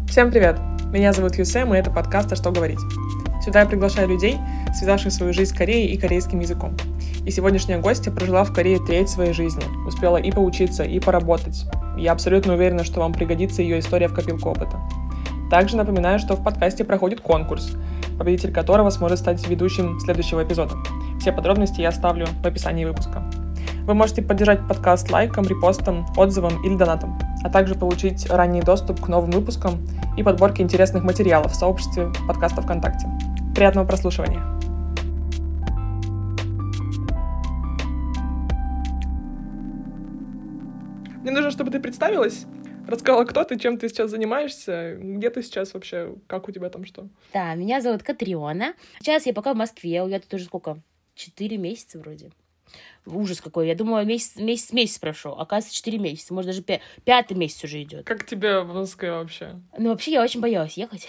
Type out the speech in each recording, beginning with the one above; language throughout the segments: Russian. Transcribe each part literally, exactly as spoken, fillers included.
Всем привет! Меня зовут Юсем, и это подкаст «А что говорить?». Сюда я приглашаю людей, связавших свою жизнь с Кореей и корейским языком. И сегодняшняя гостья прожила в Корее треть своей жизни, успела и поучиться, и поработать. Я абсолютно уверена, что вам пригодится ее история в копилку опыта. Также напоминаю, что в подкасте проходит конкурс, победитель которого сможет стать ведущим следующего эпизода. Все подробности я оставлю в описании выпуска. Вы можете поддержать подкаст лайком, репостом, отзывом или донатом, а также получить ранний доступ к новым выпускам и подборке интересных материалов в сообществе подкаста ВКонтакте. Приятного прослушивания! Мне нужно, чтобы ты представилась, рассказала, кто ты, чем ты сейчас занимаешься, где ты сейчас вообще, как у тебя там что? Да, меня зовут Катриона. Сейчас я пока в Москве, я тут уже сколько? Четыре месяца вроде. Ужас какой. Я думала, месяц, месяц, месяц прошел. Оказывается, четыре месяца. Может, даже пя- пятый месяц уже идет. Как тебе в Москве вообще? Ну, вообще, я очень боялась ехать.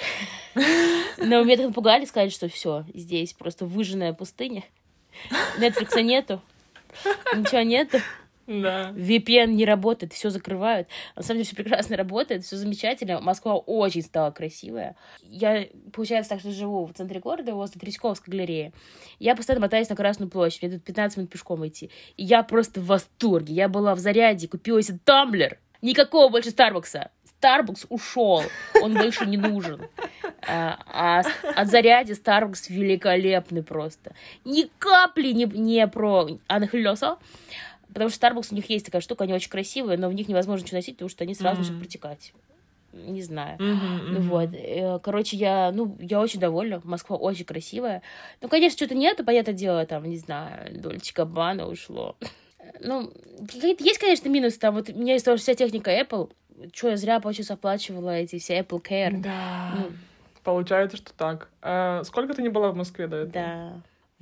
Но меня так напугали, сказали, что все, здесь просто выжженная пустыня. Нетфликса нету. Ничего нету. Да. ви пи эн не работает, все закрывают. На самом деле все прекрасно работает, все замечательно. Москва очень стала красивая. Я, получается, так что живу в центре города, возле Третьяковской галереи. Я постоянно мотаюсь на Красную площадь. Мне тут пятнадцать минут пешком идти. И я просто в восторге. Я была в Заряде, купила себе тамблер. Никакого больше Старбакса. Starbucks ушел, он больше не нужен. А, а от Заряди Starbucks великолепный просто. Ни капли не, не про анхлёса. Потому что Starbucks у них есть такая штука, они очень красивые, но в них невозможно ничего носить, потому что они сразу mm-hmm. начнут протекать. Не знаю. Mm-hmm. Ну вот. Короче, я, ну, я очень довольна. Москва очень красивая. Ну, конечно, что-то нету, понятное дело, там, не знаю, Дольче Габбана ушло. Ну, есть, конечно, минусы. Там вот у меня есть тоже вся техника Apple. Что, я зря, получается, оплачивала эти все Apple Care. Да. Ну, получается, что так. А сколько ты не была в Москве до этого? Да.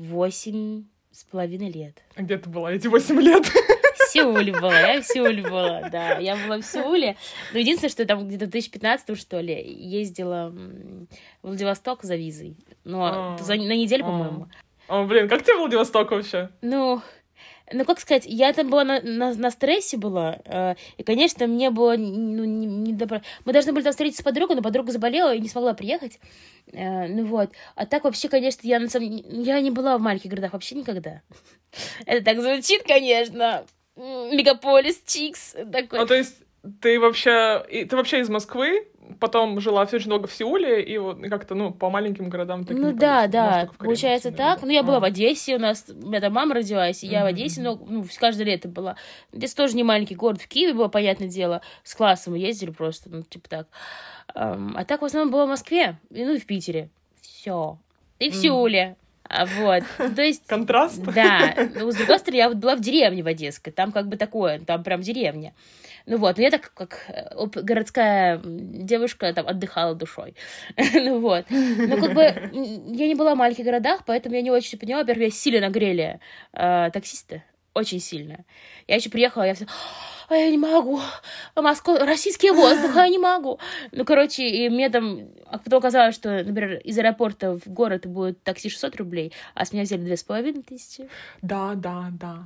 Восемь с половиной лет. А где ты была эти восемь лет? В Сеуле была, я в Сеуле была, да. Я была в Сеуле. Но единственное, что там где-то в две тысячи пятнадцатом, что ли, ездила в Владивосток за визой. Ну, а, за, на неделю, а, по-моему. О, блин, как тебе Владивосток вообще? Ну... Ну, как сказать, я там была на, на, на стрессе была, э, и, конечно, мне было ну, не, не добро... Мы должны были там встретиться с подругой, но подруга заболела и не смогла приехать. Э, ну вот. А так вообще, конечно, я на самом я не была в маленьких городах вообще никогда. Это так звучит, конечно. Мегаполис, чикс. Такой. Ну, то есть ты вообще... Ты вообще из Москвы, потом жила все очень долго в Сеуле, и вот как-то, ну, по маленьким городам... Так ну, да, да, получается так. Ну, я была а. в Одессе, у нас, у меня там мама родилась, и я mm-hmm. в Одессе, но, ну, каждое лето была. Здесь тоже не маленький город, в Киеве было, понятное дело, с классом мы ездили просто, ну, типа так. Um, а так, в основном, была в Москве, и, ну, и в Питере. Все. И в mm. Сеуле. А, вот, то есть... Контраст? Да, ну, с другой стороны, я вот была в деревне в Одесской, там как бы такое, там прям деревня. Ну вот, но я так, как городская девушка, там, отдыхала душой. Ну вот. Ну, как бы, я не была в маленьких городах, поэтому я не очень поняла. Во-первых, меня сильно нагрели э, таксисты. Очень сильно. Я еще приехала, я все... А я не могу. Москва, российский воздух, а я не могу. Ну, короче, и мне там... А потом оказалось, что, например, из аэропорта в город будет такси шестьсот рублей, а с меня взяли две с половиной тысячи. Да, да, да.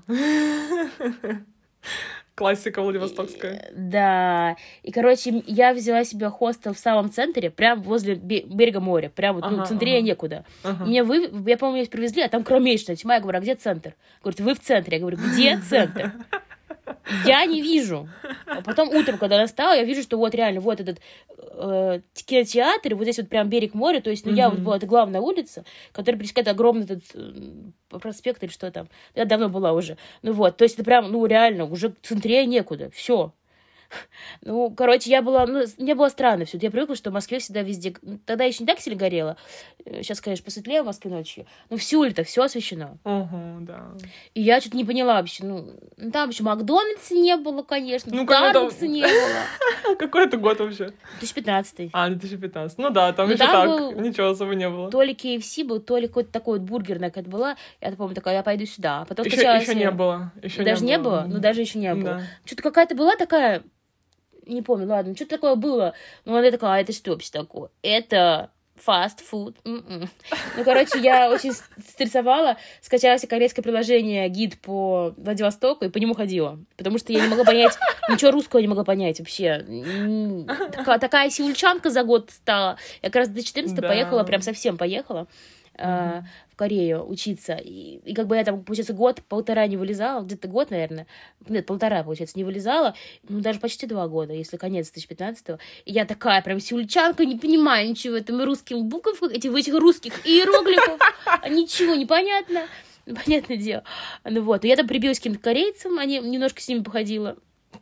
Классика владивостокская. И, да. И, короче, я взяла себе хостел в самом центре, прям возле берега моря. Прям вот, ага, ну, центре ага. некуда. Ага. Меня вы... Я помню, меня привезли, а там кромешная тьма. Я говорю, а где центр? Говорят, вы в центре. Я говорю, где центр? Я не вижу. А потом утром, когда я стала, я вижу, что вот реально вот этот э, кинотеатр, вот здесь вот прям берег моря, то есть, ну, mm-hmm. я вот была, это главная улица, которая пересекает огромный этот э, проспект или что там. Я давно была уже. Ну вот, то есть это прям, ну, реально, уже в центре некуда. Все. Ну, короче, я была... Ну, мне было странно все. Я привыкла, что в Москве всегда везде... Тогда еще не так сильно горело. Сейчас, конечно, посветлее в Москве ночью. Но в Сеуле-то все освещено. Угу, да. И я что-то не поняла вообще. Ну, там еще Макдональдса не было, конечно. Ну, Старбакса не было. Какой это год вообще? две тысячи пятнадцатый. А, две тысячи пятнадцатый. Ну да, там еще так. Ничего особо не было. То ли кей эф си был, то ли какой-то такой вот бургерная какая-то была. Я помню, такая, я пойду сюда. Потом еще не было. Даже не было? Ну, даже еще не было. Что-то какая-то была такая... Не помню, ладно, что-то такое было. Но она такая, а это что вообще такое? Это Fast food. Mm-mm. Ну, короче, я очень стрессовала, скачала себе корейское приложение, гид по Владивостоку, и по нему ходила. Потому что я не могла понять, ничего русского не могла понять вообще. Такая, такая сеульчанка за год стала. Я как раз до четырнадцатого да. поехала, прям совсем поехала. Mm-hmm. в Корею учиться. И, и как бы я там, получается, год-полтора не вылезала, где-то год, наверное, нет, полтора, получается, не вылезала, ну, даже почти два года, если конец две тысячи пятнадцатого. И я такая прям сеульчанка, не понимаю ничего, этим русским букв, этих, этих русских иероглифов, ничего не понятно. Ну, понятное дело. Ну вот, я там прибилась к каким-то корейцам, они немножко с ними походила.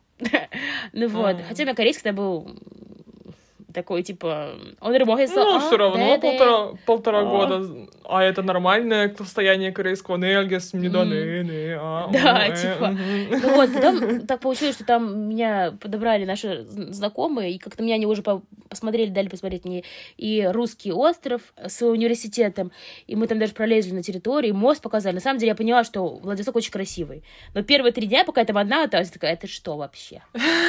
Ну вот, хотя у меня корейский был... такой, типа, он ремог했어. Ну, все равно полтора, полтора года. А это нормальное состояние корейского. Не 알겠습니다. Не, не, а. Да, типа. Ну вот, потом так получилось, что там меня подобрали наши знакомые, и как-то меня они уже посмотрели, дали посмотреть мне и русский остров с университетом, и мы там даже пролезли на территорию, мост показали. На самом деле я поняла, что Владивосток очень красивый. Но первые три дня, пока я там одна осталась, такая, это что вообще?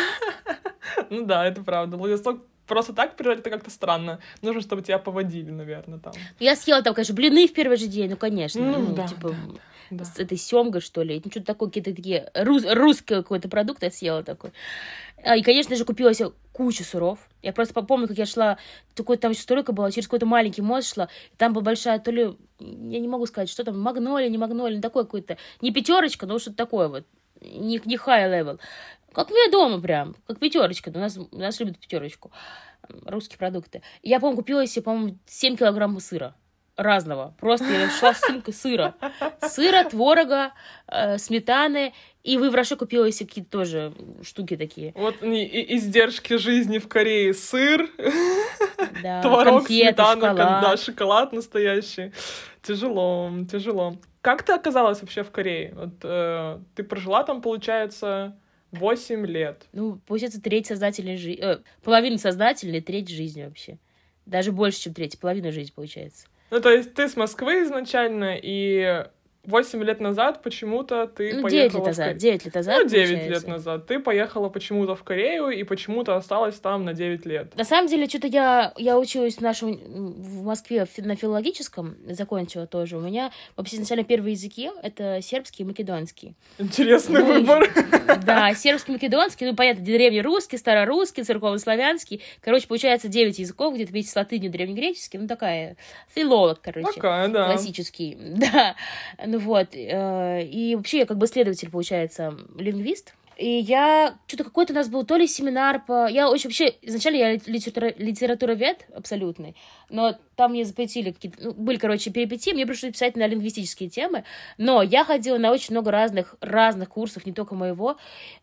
Ну да, это правда. Владивосток просто так приезжать, это как-то странно. Нужно, чтобы тебя поводили, наверное, там. Я съела там, конечно, блины в первый же день, ну, конечно. Mm, ну, да, типа, да, да. с этой семгой, что ли. Ну, что-то такое, какие-то такие рус- русский какой-то продукт я съела такой. И, конечно же, купила себе кучу сыров. Я просто помню, как я шла, такой там еще столика была, через какой-то маленький мост шла, и там была большая, то ли, я не могу сказать, что там, магнолия, не магнолия, такой какой-то, не пятерочка, но что-то такое вот, не, не high level. Как у меня дома прям, как пятерочка, у нас, у нас любят пятерочку. Русские продукты. И я, по-моему, купила себе, по-моему, семь килограмм сыра. Разного. Просто я шла с сумкой сыра. Сыра, творога, э, сметаны. И в Ивраше купила себе какие-то тоже штуки такие. Вот они, и издержки жизни в Корее. Сыр, да, творог, конфеты, сметана, шоколад. да, шоколад настоящий. Тяжело, тяжело. Как ты оказалась вообще в Корее? Вот э, ты прожила там, получается... Восемь лет. Ну, получается, треть создательной жизни... Э, половина создательной, треть жизни вообще. Даже больше, чем треть. Половина жизни, получается. Ну, то есть ты с Москвы изначально, и восемь лет назад почему-то ты ну, поехала девять лет в назад, Корею. девять лет назад, Ну, девять получается. лет назад. Ты поехала почему-то в Корею, и почему-то осталась там на девять лет. На самом деле, что-то я, я училась в, нашем, в Москве на филологическом, закончила тоже. У меня вообще изначально первые языки — это сербский и македонский. Интересный ну, выбор. Да, сербский, македонский, ну, понятно, древнерусский, старорусский, церковнославянский. Короче, получается девять языков, где-то вместе с латынью, древнегреческий. Ну, такая филолог, короче. Такая, да. Классический, да. Ну, вот. И вообще я как бы следователь, получается, лингвист. И я... Что-то какой-то у нас был то ли семинар по... Я очень вообще... Изначально я литература... литературовед абсолютный, но там мне запретили какие-то... Ну, были, короче, перипетии, мне пришлось писать на лингвистические темы, но я ходила на очень много разных, разных курсов, не только моего,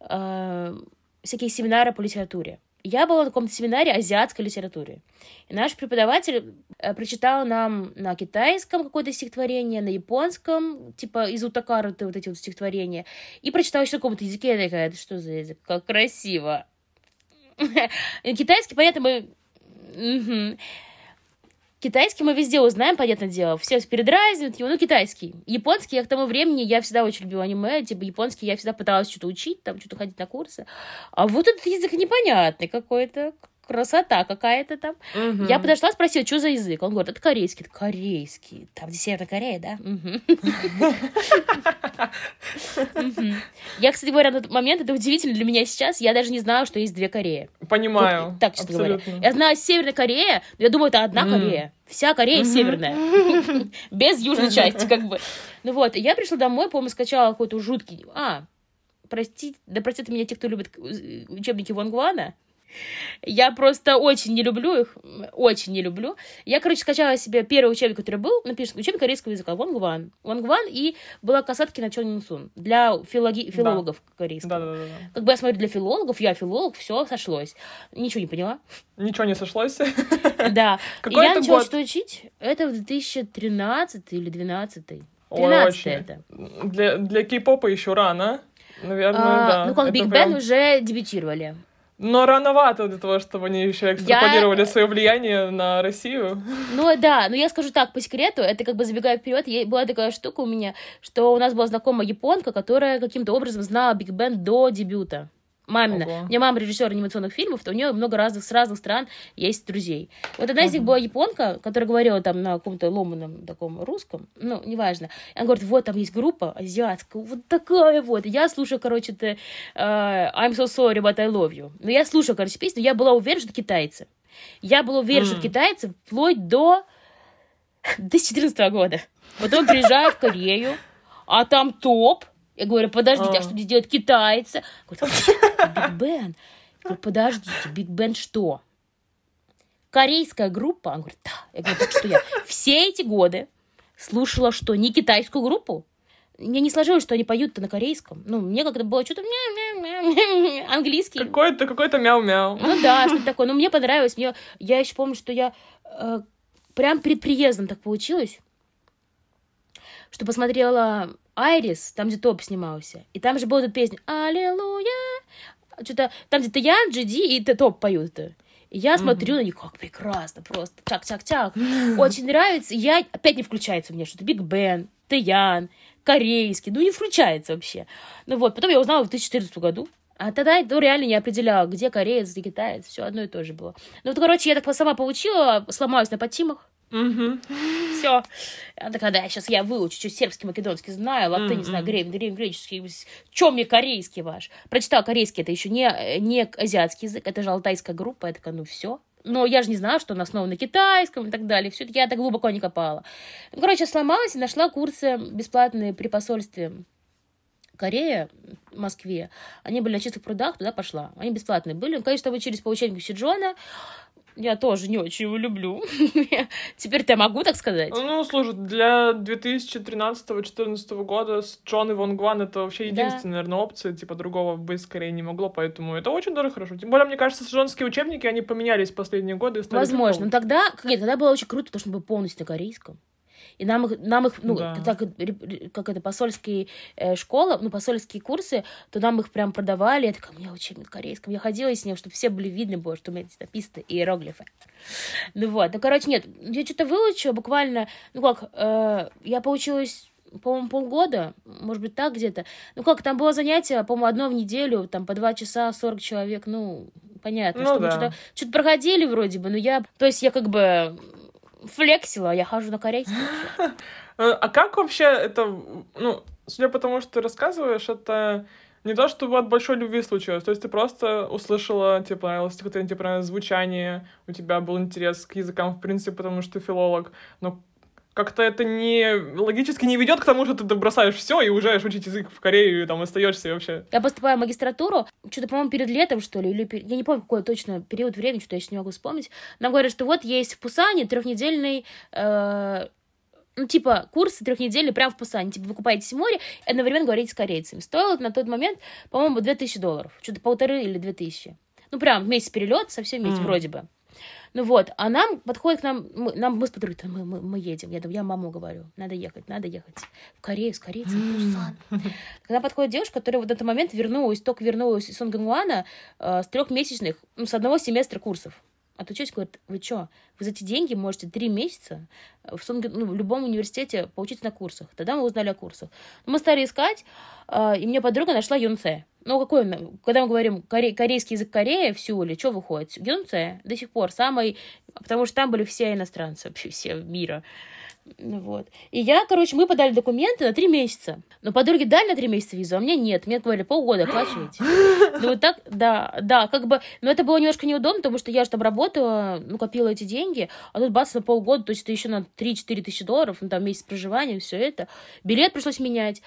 э, всякие семинары по литературе. Я была на каком-то семинаре азиатской литературы. И наш преподаватель э, прочитал нам на китайском какое-то стихотворение, на японском, типа из Утакару вот эти вот стихотворения, и прочитал еще на каком-то языке. Я такая, это что за язык? Как красиво. Китайский, понятно, мы... Китайский мы везде узнаем, понятное дело. Все передразнивают его, ну, китайский. Японский я к тому времени, я всегда очень любила аниме, типа, японский я всегда пыталась что-то учить, там, что-то ходить на курсы. А вот этот язык непонятный какой-то, красота какая-то там. Угу. Я подошла, спросила, что за язык? Он говорит, это корейский. Это корейский. Там, где Северная Корея, да? Я, кстати говоря, на тот момент, это удивительно для меня сейчас, я даже не знала, что есть две Кореи. Понимаю. Так, честно говоря. Я знаю Северная Корея, но я думаю, это одна Корея. Вся Корея северная. Без южной части, как бы. Ну вот, я пришла домой, по-моему, скачала какой-то жуткий... А, простите, да простят меня те, кто любит учебники Вон Гвана. Я просто очень не люблю их, очень не люблю. Я, короче, скачала себе первый учебник, который был, напишем, учебник корейского языка, Вон Гван. Вон Гван, и была Касаткина Чон Мин Сун для филологи... филологов да. корейских. Да, да, да, да. Как бы я смотрю, для филологов, я филолог, все сошлось. Ничего не поняла. Ничего не сошлось? Да. И я начала что учить. Это в две тысячи тринадцатый или двенадцатый. тринадцатый это. Для, для кей-попа еще рано, наверное, да. Ну, как Биг Бен уже дебютировали. Но рановато для того, чтобы они еще экстраполировали я... свое влияние на Россию. Ну да, но я скажу так, по секрету, это как бы забегая вперед, была такая штука у меня, что у нас была знакомая японка, которая каким-то образом знала Биг Бен до дебюта. Мамина. Ого. У меня мама режиссер анимационных фильмов, то у нее много разных, с разных стран есть друзей. Вот одна из них была японка, которая говорила там на каком-то ломаном таком русском, ну, неважно. Она говорит, вот там есть группа азиатская, вот такая вот. И я слушаю, короче, это uh, I'm so sorry, but I love you. Но я слушаю, короче, песню, я была уверена, что это китайцы. Я была уверена, mm. что это китайцы вплоть до две тысячи четырнадцатого года. Потом приезжаю в Корею, а там топ. Я говорю, подождите, а, а что здесь делают китайцы? Говорит, Биг Бен. Я говорю, подождите, Биг Бен что? Корейская группа? Он говорит, да. Я говорю, так что я все эти годы слушала что, не китайскую группу? Мне не сложилось, что они поют-то на корейском. Ну, мне как-то было что-то английский. Какой-то, какой-то мяу-мяу. Ну да, что-то такое. Но мне понравилось. Мне... Я еще помню, что я э, прям перед приездом так получилось, что посмотрела Айрис, там, где Топ снимался. И там же была эта песня «Аллилуйя». Что-то там где-то я, Джи Ди и Топ поют-то. И я mm-hmm. смотрю на них, как прекрасно, просто чак-чак-чак. Очень нравится. Я опять не включается у меня что-то. Биг Бен, Тэйян, корейский. Ну, не включается вообще. Ну вот, потом я узнала в две тысячи четырнадцатом году. А тогда я ну, реально не определяла, где кореец, где китаец. Все одно и то же было. Ну вот, короче, я так сама получила, сломалась на подтимах. Mm-hmm. Все. Она такая, да, сейчас я выучу, что сербский, македонский знаю, латынь, не знаю, грек, грек, греческий. Чем мне корейский ваш? Прочитала корейский, это еще не, не азиатский язык, это же алтайская группа, я такая, ну все. Но я же не знала, что он основан на китайском и так далее. Все, я так глубоко не копала. Ну, короче, сломалась и нашла курсы бесплатные при посольстве Корея в Москве. Они были на Чистых прудах, туда пошла. Они бесплатные были. Ну, конечно, учились по учебнику Сиджона. Я тоже не очень его люблю. Теперь-то я могу так сказать. Ну, слушай, для две тысячи тринадцатого-четырнадцатого года с Джон и Вон Гван это вообще единственная, да. наверное, опция. Типа другого быть скорее не могло, поэтому это очень даже хорошо. Тем более, мне кажется, сиджонские учебники, они поменялись в последние годы. Возможно. Но тогда, нет, тогда было очень круто, потому что мы были полностью на корейском. И нам их, нам их ну, да. так, как это, посольские э, школы, ну, посольские курсы, то нам их прям продавали. Я такая, у меня учебник корейском. Я ходила с ним, чтобы все были видны было, что у меня здесь написано иероглифы. Ну вот, ну, короче, нет, я что-то выучила буквально, ну как, э, я поучилась, по-моему, полгода, может быть, так где-то. Ну как, там было занятие, по-моему, одно в неделю, там по два часа, сорок человек, ну, понятно, ну, что да. мы что-то, что-то проходили вроде бы, но я, то есть я как бы... флексила, я хожу на корейский. А как вообще это, ну, судя по тому, что ты рассказываешь, это не то, что от большой любви случилось, то есть ты просто услышала, тебе понравилось стихотворение, тебе понравилось звучание, у тебя был интерес к языкам, в принципе, потому что ты филолог, но как-то это не логически не ведет к тому, что ты бросаешь все и уезжаешь учить язык в Корею и там остаешься и вообще. Я поступаю в магистратуру, что-то, по-моему, перед летом, что ли, или пер... я не помню, какой точно период времени, что я сейчас не могу вспомнить. Нам говорят, что вот есть в Пусане трехнедельный, э... ну, типа, курсы трехнедельные прямо в Пусане. Типа, вы купаетесь в море и одновременно говорите с корейцами. Стоило это на тот момент, по-моему, две тысячи долларов. Что-то полторы или две тысячи. Ну, прям месяц перелет, совсем вместе, mm. вроде бы. Ну вот, а нам подходит к нам, мы, нам, мы с подругой, мы, мы, мы едем, я, я маму говорю, надо ехать, надо ехать в Корею, с корейцем, в Пусан. Когда подходит девушка, которая в этот момент вернулась, только вернулась из Сонгангуана э, с трехмесячных, ну, с одного семестра курсов. Отучилась, говорит, вы что, вы за эти деньги можете три месяца в, Сонг... ну, в любом университете поучиться на курсах. Тогда мы узнали о курсах. Мы стали искать, э, и мне подруга нашла Юнце. Ну, какой он? Когда мы говорим коре... корейский язык Кореи в Сеуле, что выходит? Юнце до сих пор самый... Потому что там были все иностранцы вообще, все мира. Вот. И я, короче, мы подали документы на три месяца. Но подруге дали на три месяца визу, а мне нет. Мне говорили, полгода оплачивайте. Ну, вот так, да, да, как бы... Но это было немножко неудобно, потому что я же там работала, ну, копила эти деньги, а тут бац, на полгода, то есть это еще на три-четыре тысячи долларов, ну, там месяц проживания, все это. Билет пришлось менять.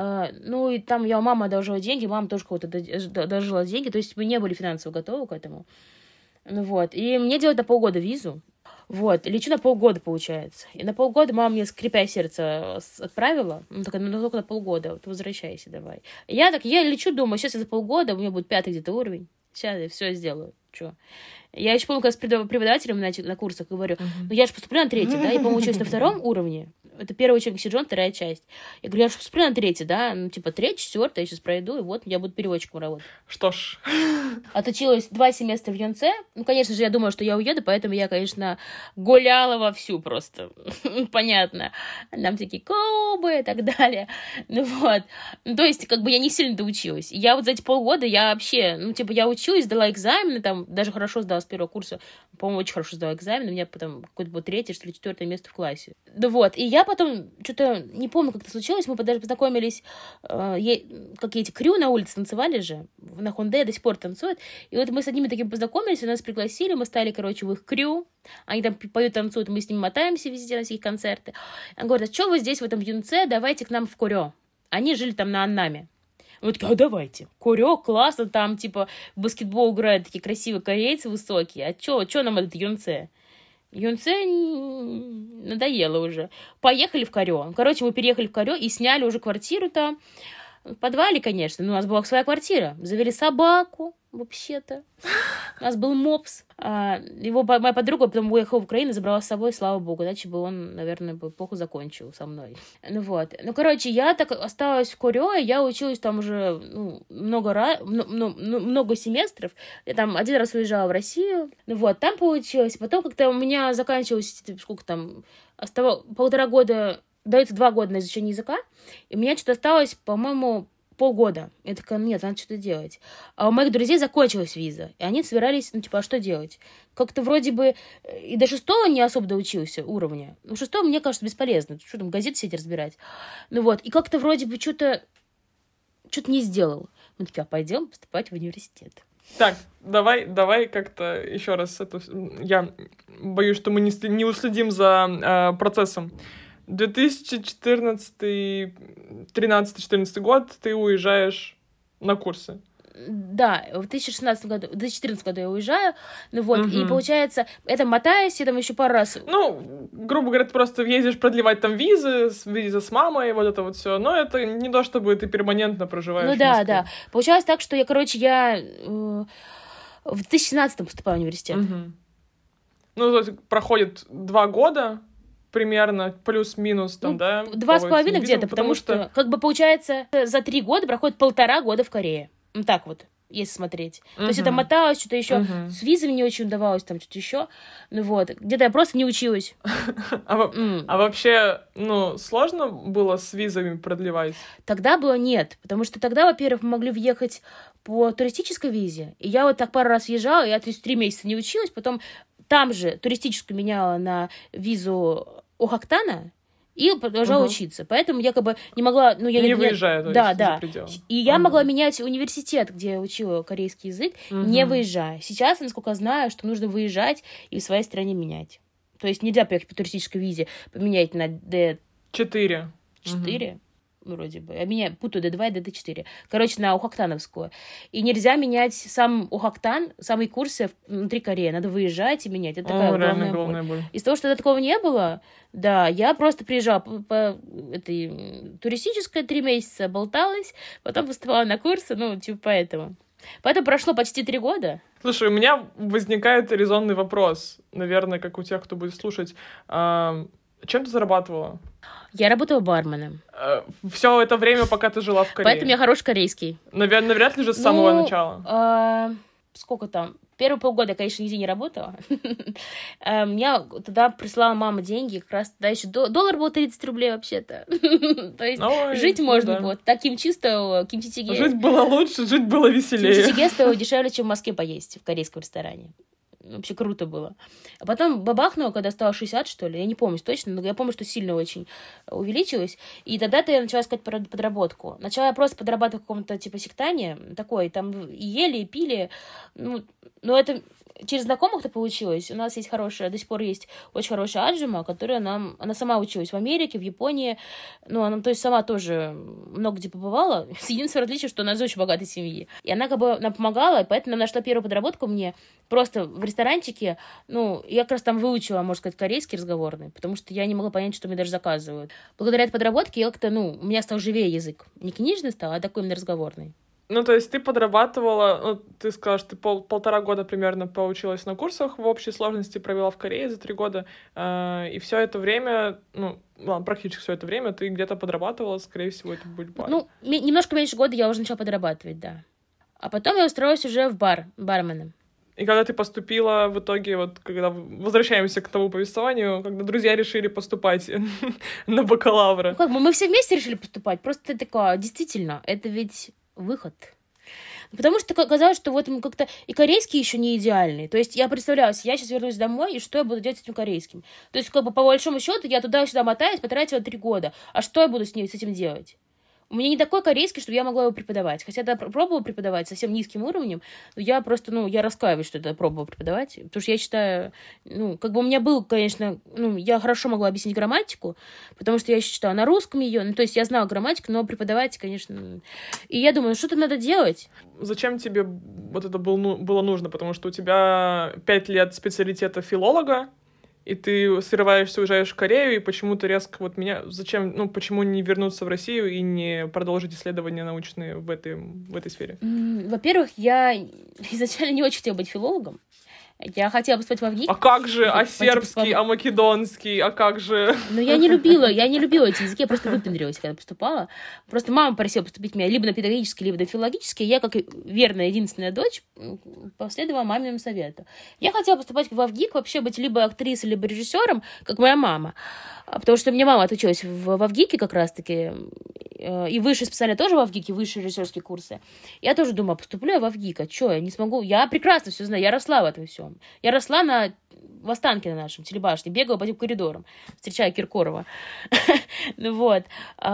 Ну, и там я у мамы одолжила деньги, мама тоже кого-то одолжила деньги, то есть мы не были финансово готовы к этому. Ну, вот. И мне делать на полгода визу. Вот, лечу на полгода, получается. И на полгода мама мне, скрипя сердце, отправила. Ну, такая, ну, только на полгода, вот возвращайся давай. И я так, я лечу, думаю, сейчас я за полгода, у меня будет пятый где-то уровень. Сейчас я все сделаю. Чё? Я еще помню, когда с преподавателем на, на курсах говорю, uh-huh. ну, я же поступлю на третий, да, и, по-моему, учусь на втором уровне. это первый учебник Сиджон, вторая часть. Я говорю, я же посмотрю на третий, да? Ну, типа, третий, четвертый, я сейчас пройду, и вот я буду переводчиком работать. Что ж. Отучилась два семестра в Юнце. Ну, конечно же, я думала, что я уеду, поэтому я, конечно, гуляла вовсю просто. Понятно. Нам такие клубы и так далее. Ну, вот. Ну, то есть, как бы я не сильно доучилась. Я вот за эти полгода, я вообще, ну, типа, я училась, сдала экзамены, там, даже хорошо сдала с первого курса. По-моему, очень хорошо сдала экзамен. У меня потом какое-то было третье, что ли, четвертое место в классе. Да вот. И я потом, что-то, не помню, как это случилось, мы даже познакомились, э, е- как эти крю на улице танцевали же, на Хонде до сих пор танцуют. И вот мы с одними такими познакомились, нас пригласили, мы стали, короче, в их крю. Они там поют, танцуют, мы с ними мотаемся везде на все их концерты. Они говорят, а что вы здесь в этом Юнце, давайте к нам в Курё. Они жили там на Аннаме. Мы такие, а давайте. Курё, классно, там, типа, в баскетбол играют такие красивые корейцы высокие. А чё, чё нам этот Юнце? Юнце надоело уже. Поехали в Курё. Короче, мы переехали в Курё и сняли уже квартиру там. В подвале, конечно, но у нас была своя квартира. Завели собаку, вообще-то. У нас был мопс. А, его моя подруга потом уехала в Украину, забрала с собой, слава богу. Иначе бы он, наверное, бы плохо закончил со мной. Ну вот. Ну, короче, я так осталась в Курё, я училась там уже ну, много, раз, ну, много семестров. Я там один раз уезжала в Россию. Ну вот, там получилось. Потом как-то у меня заканчивалось, сколько там, оставалось полтора года... Дается два года на изучение языка, и у меня что-то осталось, по-моему, полгода. Я такая, нет, надо что-то делать. А у моих друзей закончилась виза, и они собирались, ну, типа, а что делать? Как-то вроде бы и до шестого не особо доучился уровня. Ну, шестого, мне кажется, бесполезно. Что там, газеты все эти разбирать? Ну вот, и как-то вроде бы что-то что-то не сделал. Мы такие, а пойдем поступать в университет. Так, давай, давай как-то еще раз это... Я боюсь, что мы не, не уследим за э, процессом. две тысячи четырнадцатый, тринадцатый, четырнадцатый год ты уезжаешь на курсы. Да, в две тысячи шестнадцатом году, в две тысячи четырнадцатом году я уезжаю, ну вот, угу. И получается, это мотаюсь, я там еще пару раз... Ну, грубо говоря, ты просто ездишь продлевать там визы, визы с мамой, вот это вот все, но это не то, чтобы ты перманентно проживаешь ну, в да, Москве. да, получалось так, что я, короче, я э, в две тысячи семнадцатом поступаю в университет. Угу. Ну, то есть проходит два года... примерно плюс-минус там, ну, да? Два с половиной где-то, потому, потому что... что, как бы, получается, за три года проходит полтора года в Корее. Ну, так вот, если смотреть. Uh-huh. То есть это моталось, что-то еще uh-huh. с визами не очень удавалось, там что-то еще. Ну вот, где-то я просто не училась. А вообще, ну, сложно было с визами продлевать? Тогда было нет, потому что тогда, во-первых, мы могли въехать по туристической визе. И я вот так пару раз въезжала, я, то есть, три месяца не училась, потом там же туристическую меняла на визу Охактана и продолжала uh-huh. учиться. Поэтому я как бы не могла... Ну, я не не выезжая, то да, есть, да. за пределы. И я uh-huh. могла менять университет, где я учила корейский язык, uh-huh. не выезжая. Сейчас, насколько знаю, что нужно выезжать и в своей стране менять. То есть нельзя поехать по туристической визе, поменять на Д... четыре. четыре? Uh-huh. Вроде бы. Я меня путаю Д два и Д четыре. Короче, на Охактановскую. И нельзя менять сам Охактан, самые курсы внутри Кореи. Надо выезжать и менять. Это такая О, главная, главная боль. боль. Из-за того, что такого не было, да, я просто приезжала по, по этой туристической три месяца, болталась, потом поступала на курсы, ну, типа поэтому. Поэтому прошло почти три года. Слушай, у меня возникает резонный вопрос, наверное, как у тех, кто будет слушать. А, чем ты зарабатывала? Я работала барменом. Все это время, пока ты жила в Корее. Поэтому я хороший корейский. Наверное, навряд ли же с самого ну, начала. А, сколько там? Первые полгода я, конечно, нигде не работала. Меня тогда прислала мама деньги, как раз тогда еще доллар был тридцать рублей вообще-то. То есть жить можно было. Таким чисто кимчи-чиге. Жить было лучше, жить было веселее. Кимчи-чиге стоило дешевле, чем в Москве поесть в корейском ресторане. Вообще круто было. А потом бабахнуло, когда стало шестьдесят, что ли, я не помню точно, но я помню, что сильно очень увеличилось. И тогда-то я начала искать подработку. Начала я просто подрабатывать в каком-то типа сектане, такой, там и ели, и пили. Ну, но это через знакомых-то получилось. У нас есть хорошая, до сих пор есть очень хорошая Аджима, которая нам... Она сама училась в Америке, в Японии. Ну, она, то есть, сама тоже много где побывала. С единственным различием, что она из очень богатой семьи. И она как бы нам помогала, и поэтому нам нашла первую подработку мне просто в ресторанчике. Ну, я как раз там выучила, можно сказать, корейский разговорный, потому что я не могла понять, что мне даже заказывают. Благодаря этой подработке я как-то, ну, у меня стал живее язык. Не книжный стал, а такой именно разговорный. Ну, то есть ты подрабатывала, ну, ты сказала, что ты пол, полтора года примерно поучилась на курсах, в общей сложности провела в Корее за три года, э, и все это время, ну, ладно, практически все это время ты где-то подрабатывала, скорее всего, это будет бар. Ну, м- немножко меньше года я уже начала подрабатывать, да. А потом я устроилась уже в бар, барменом. И когда ты поступила, в итоге, вот, когда возвращаемся к тому повествованию, когда друзья решили поступать на бакалавра. Ну, как бы мы все вместе решили поступать, просто ты такая, действительно, это ведь выход. Потому что казалось, что вот как-то и корейский еще не идеальный. То есть я представляла себе, я сейчас вернусь домой, и что я буду делать с этим корейским? То есть, как бы, по большому счету, я туда-сюда мотаюсь, потратила три года. А что я буду с ним, с этим делать? У меня не такой корейский, чтобы я могла его преподавать. Хотя я пробовала преподавать совсем низким уровнем, но я просто, ну, я раскаиваюсь, что это пробовала преподавать. Потому что я считаю, ну, как бы у меня был, конечно, ну, я хорошо могла объяснить грамматику, потому что я еще читала на русском ее, ну, то есть я знала грамматику, но преподавать, конечно... И я думаю, что-то надо делать. Зачем тебе вот это был, ну, было нужно? Потому что у тебя пять лет специалитета филолога, и ты срываешься, уезжаешь в Корею, и почему-то резко вот меня... Зачем, ну, почему не вернуться в Россию и не продолжить исследования научные в этой, в этой сфере? Во-первых, я изначально не очень хотела быть филологом. Я хотела поступать во ВГИК. А как же? А сербский, а македонский, а как же? Ну, я не любила, я не любила эти языки, я просто выпендрилась, когда поступала. Просто мама просила поступить меня либо на педагогический, либо на филологический. Я, как верная единственная дочь, последовала маминому совету. Я хотела поступать во ВГИК, вообще быть либо актрисой, либо режиссером, как моя мама. Потому что у меня мама отучилась в, во ВГИКе как раз-таки, и высшее специально тоже во ВГИКе, высшие режиссерские курсы. Я тоже думала, поступлю я во ВГИК, а что, я не смогу? Я прекрасно все знаю, я росла в этом всем. Я росла на в Останкино нашем, телебашне, бегала по этим коридорам, встречая Киркорова. Ну вот.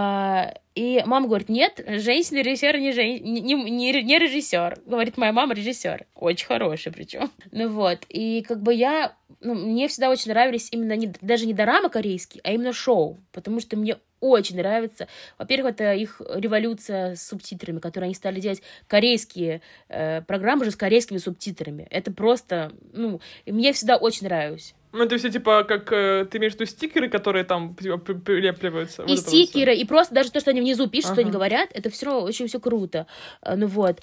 И мама говорит, нет, женщина-режиссер не, жен... не, не, не режиссер. Говорит моя мама, режиссер. Очень хороший причем. Ну вот. И как бы я... Ну, мне всегда очень нравились именно не, даже не дорамы корейские, а именно шоу. Потому что мне очень нравится. Во-первых, это их революция с субтитрами, которые они стали делать корейские э, программы же с корейскими субтитрами. Это просто... Ну, мне всегда очень нравилось. Ну, это все, типа, как э, ты имеешь в виду стикеры, которые там типа, прилепливаются? И вот стикеры, и просто даже то, что они внизу пишут, ага. что они говорят, это все очень все круто. Ну вот.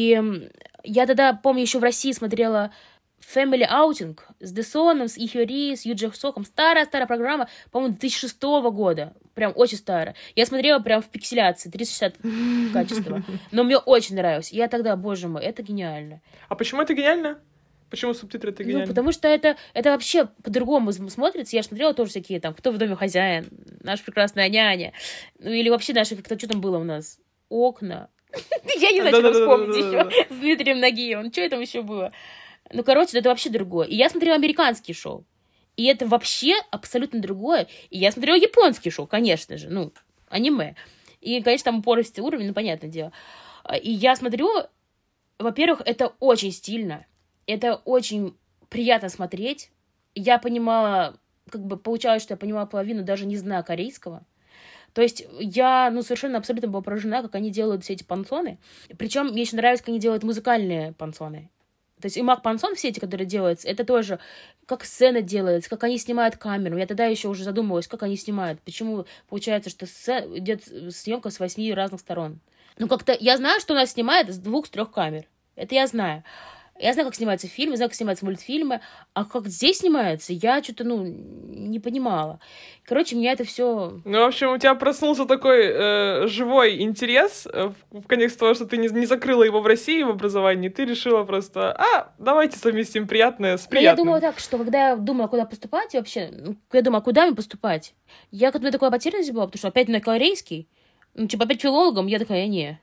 И я тогда, помню, еще в России смотрела Family Outing с Десоном, с Ихёри, с Юджи Соком. Старая-старая программа, по-моему, две тысячи шестого года. Прям очень старая. Я смотрела прям в пикселяции, триста шестьдесят качества. Но мне очень нравилось. Я тогда, боже мой, это гениально. А почему это гениально? Почему субтитры это гениально? Ну, потому что это, это вообще по-другому смотрится. Я смотрела тоже всякие там «Кто в доме хозяин?», «Наша прекрасная няня». Ну, или вообще наши, как-то, что там было у нас? «Окна». Я не знаю, что там вспомнить еще с Дмитрием Нагиевым. Что там еще было? Ну, короче, это вообще другое. И я смотрела американские шоу. И это вообще абсолютно другое. И я смотрела японские шоу, конечно же. Ну, аниме. И, конечно, там упоростый уровень, ну, понятное дело. И я смотрю, во-первых, это очень стильно. Это очень приятно смотреть. Я понимала, как бы получалось, что я понимала половину, даже не зная корейского. То есть я, ну, совершенно абсолютно была поражена, как они делают все эти пансоны. Причем мне еще нравится, как они делают музыкальные пансоны. То есть и мак-пансон, все эти, которые делаются, это тоже, как сцена делается, как они снимают камеру. Я тогда еще уже задумывалась, как они снимают. Почему получается, что сцена, идет съемка с восьми разных сторон. Ну, как-то я знаю, что у нас снимает с двух, с трех камер. Это я знаю. Я знаю, как снимаются фильмы, знаю, как снимаются мультфильмы, а как здесь снимается, я что-то, ну, не понимала. Короче, меня это все... Ну, в общем, у тебя проснулся такой э, живой интерес э, в, в контексте того, что ты не, не закрыла его в России в образовании, ты решила просто, а, давайте совместим приятное с приятным. Но я думала так, что когда я думала, куда поступать вообще, ну, я думала, куда мне поступать, я как-то такой потерянность была, потому что опять на корейский, ну, типа опять филологом, я такая, не...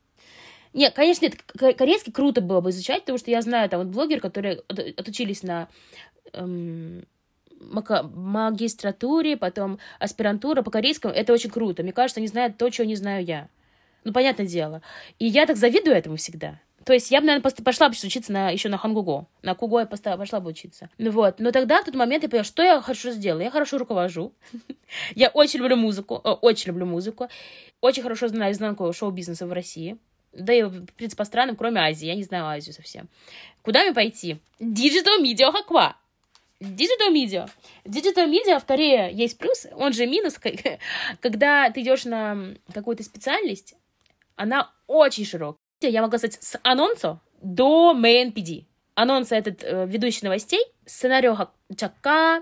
Нет, конечно, нет, корейский круто было бы изучать, потому что я знаю там вот блогеры, которые отучились на эм, магистратуре, потом аспирантура по корейскому, это очень круто. Мне кажется, они знают то, чего не знаю я. Ну, понятное дело. И я так завидую этому всегда. То есть я бы, наверное, пошла бы учиться на, еще на хангуго. На куго я пошла бы учиться. Ну вот. Но тогда, в тот момент, я поняла, что я хорошо сделала. Я хорошо руковожу. Я очень люблю музыку. Очень люблю музыку. Очень хорошо знаю изнанку шоу-бизнеса в России. Да и, в принципе, по странам, кроме Азии. Я не знаю Азию совсем. Куда мне пойти? Digital Media Hakwa. Digital Media. Digital Media в Корее есть плюс, он же минус. Когда ты идешь на какую-то специальность, она очень широкая. месте я могла стать с анонсо до мейн пи ди. Анонсо — этот э, ведущий новостей, сценарий 작가,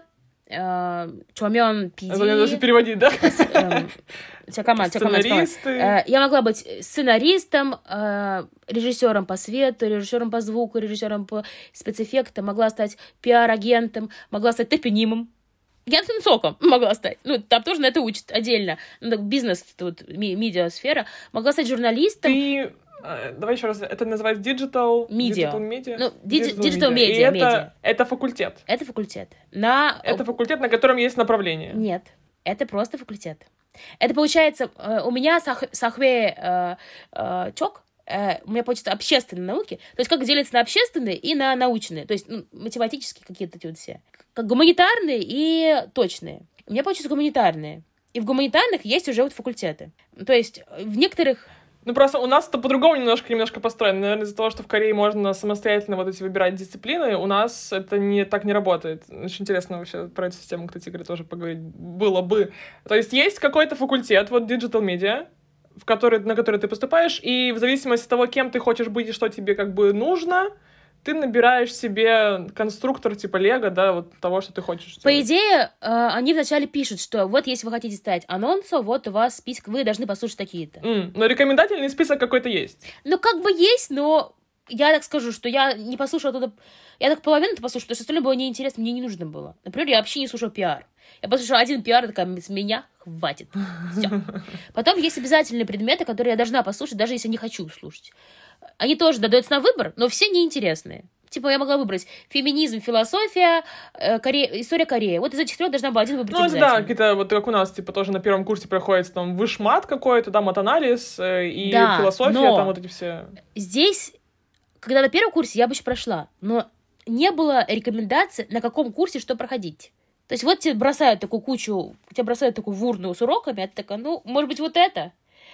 э, 조면 пи ди. Это мне даже переводить, да? Э, 잠깐만, 잠깐만, Сценаристы. э, я могла быть сценаристом, э, режиссером по свету, режиссером по звуку, режиссером по спецэффектам, могла стать пиар-агентом, могла стать топонимом. Я соком могла стать. Ну, там тоже на это учат отдельно. Ну, так, бизнес, тут, ми- медиасфера. Могла стать журналистом. Ты... Давай еще раз. Это называется digital... Медиа. Digital media? Ну, диджи- Digital digital media. media, И это, медиа. это факультет. Это факультет. На... Это факультет, на котором есть направление. Нет, это просто факультет. Это получается, э, у меня сах- сахве э, э, чок, э, у меня получится общественные науки, то есть как делятся на общественные и на научные, то есть ну, математические какие-то эти вот все, как гуманитарные и точные. У меня получится гуманитарные. И в гуманитарных есть уже вот факультеты. То есть в некоторых... Ну, просто у нас это по-другому немножко, немножко построено. Наверное, из-за того, что в Корее можно самостоятельно вот эти выбирать дисциплины, у нас это не, так не работает. Очень интересно вообще про эту систему, кстати, говоря, тоже поговорить было бы. То есть есть какой-то факультет, вот Digital Media, в который, на который ты поступаешь, и в зависимости от того, кем ты хочешь быть и что тебе как бы нужно, ты набираешь себе конструктор типа Лего, да, вот того, что ты хочешь. По сделать. идее, э, они вначале пишут, что вот если вы хотите стать анонсо, вот у вас список, вы должны послушать такие-то. М, но рекомендательный список какой-то есть. Ну, как бы есть, но я так скажу, что я не послушала туда... Я так половину-то послушала, потому что остальное было неинтересно, мне не нужно было. Например, я вообще не слушала пиар. Я послушала один пиар, и такая, с меня хватит. Все. Потом есть обязательные предметы, которые я должна послушать, даже если не хочу слушать. Они тоже даются на выбор, но все неинтересные. Типа я могла выбрать феминизм, философия, э, Коре... история Кореи. Вот из этих трех должна была один выбрать Ну, это обязательно. да, какие-то, вот как у нас, типа, тоже на первом курсе проходит там вышмат какой-то, да, матанализ э, и Да, философия, но там вот эти все... Здесь, когда на первом курсе, я бы еще прошла, но не было рекомендаций, на каком курсе что проходить. То есть вот тебе бросают такую кучу, тебя бросают такую в урну с уроками, а ты такая, ну, может быть, вот это?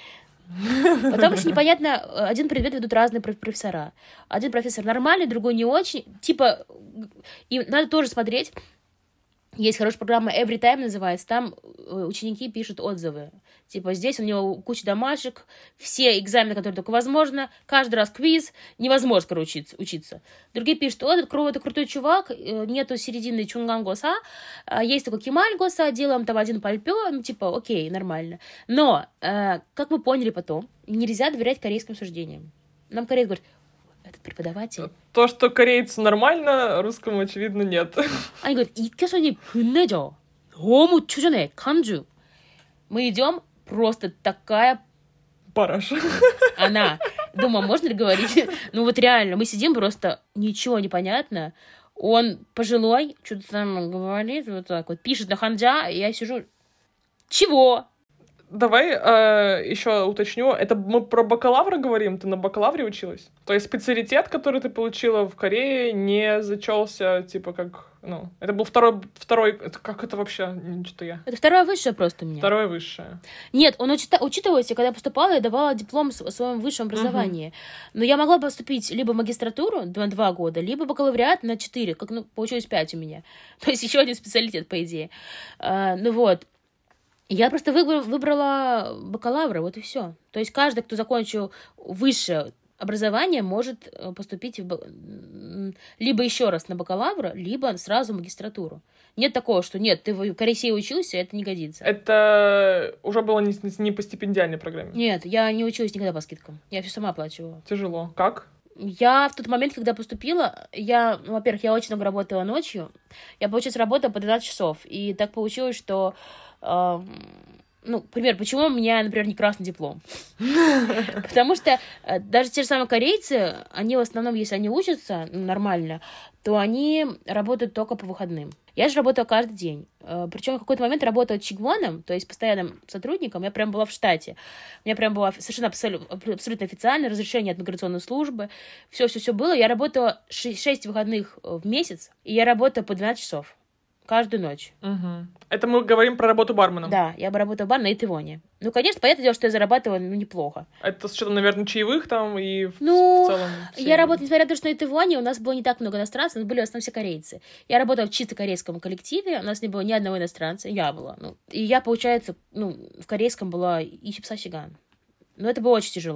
Потом еще непонятно, один предмет ведут разные профессора. Один профессор нормальный, другой не очень. Типа, и надо тоже смотреть. Есть хорошая программа Every Time называется, там ученики пишут отзывы. Типа, здесь у него куча домашек, все экзамены, которые только возможно, каждый раз квиз, невозможно, короче, учиться. учиться. Другие пишут, о, это, это крутой чувак, нету середины чунгангоса, есть такой кимальгоса, делаем там один пальпё, ну, типа, окей, нормально. Но, э, как мы поняли потом, нельзя доверять корейским суждениям. Нам корейцы говорят, этот преподаватель... То, что корейцу нормально, русскому, очевидно, нет. Они говорят, 이 교수님 끝내줘. 너무 추전해, 간주. Мы идем, просто такая... Параша. Она. Думаю, можно ли говорить? Ну вот реально, мы сидим просто, ничего не понятно. Он пожилой, что-то там говорит, вот так вот, пишет на ханджа, и я сижу... Чего? Давай э, еще уточню. Это мы про бакалавра говорим? Ты на бакалавре училась? То есть специалитет, который ты получила в Корее, не зачелся, типа, как... Ну, это был второй... второй это, как это вообще? Что я? Это второе высшее просто у меня. Второе высшее. Нет, он учита- учитывался, когда я поступала, я давала диплом о своем высшем образовании. Uh-huh. Но я могла поступить либо в магистратуру на два года, либо бакалавриат на четыре, как, ну, получилось пять у меня. То есть еще один специалитет, по идее. А, ну вот. Я просто выбор- выбрала бакалавра, вот и все. То есть каждый, кто закончил высшее образование, может поступить в б... либо еще раз на бакалавра, либо сразу в магистратуру. Нет такого, что нет, ты в Корее учился, это не годится. Это уже было не, не по стипендиальной программе? Нет, я не училась никогда по скидкам. Я все сама оплачивала. Тяжело. Как? Я в тот момент, когда поступила, я, ну, во-первых, я очень много работала ночью. Я, получается, работала по двенадцать часов. И так получилось, что... Э, ну, например, почему у меня, например, не красный диплом? Потому что э, даже те же самые корейцы, они в основном, если они учатся ну, нормально, то они работают только по выходным. Я же работала каждый день. Э, причем в какой-то момент работала чигвоном, то есть постоянным сотрудником. Я прям была в штате. У меня прям было совершенно абсолютно, абсолютно официальное разрешение от миграционной службы. Все-все-все было. Я работала шесть выходных в месяц, и я работала по двенадцать часов. Каждую ночь. Угу. Это мы говорим про работу барменом? Да, я бы работала барменом на Итывоне. Ну, конечно, понятное дело, что я зарабатывала ну, неплохо. Это с учетом, наверное, чаевых там и в, ну, в целом... Ну, я работала, несмотря на то, что на Итывоне у нас было не так много иностранцев, но были в основном все корейцы. Я работала в чисто корейском коллективе, у нас не было ни одного иностранца, я была. Ну, и я, получается, ну, в корейском была Ичипса Сиган. Но это было очень тяжело.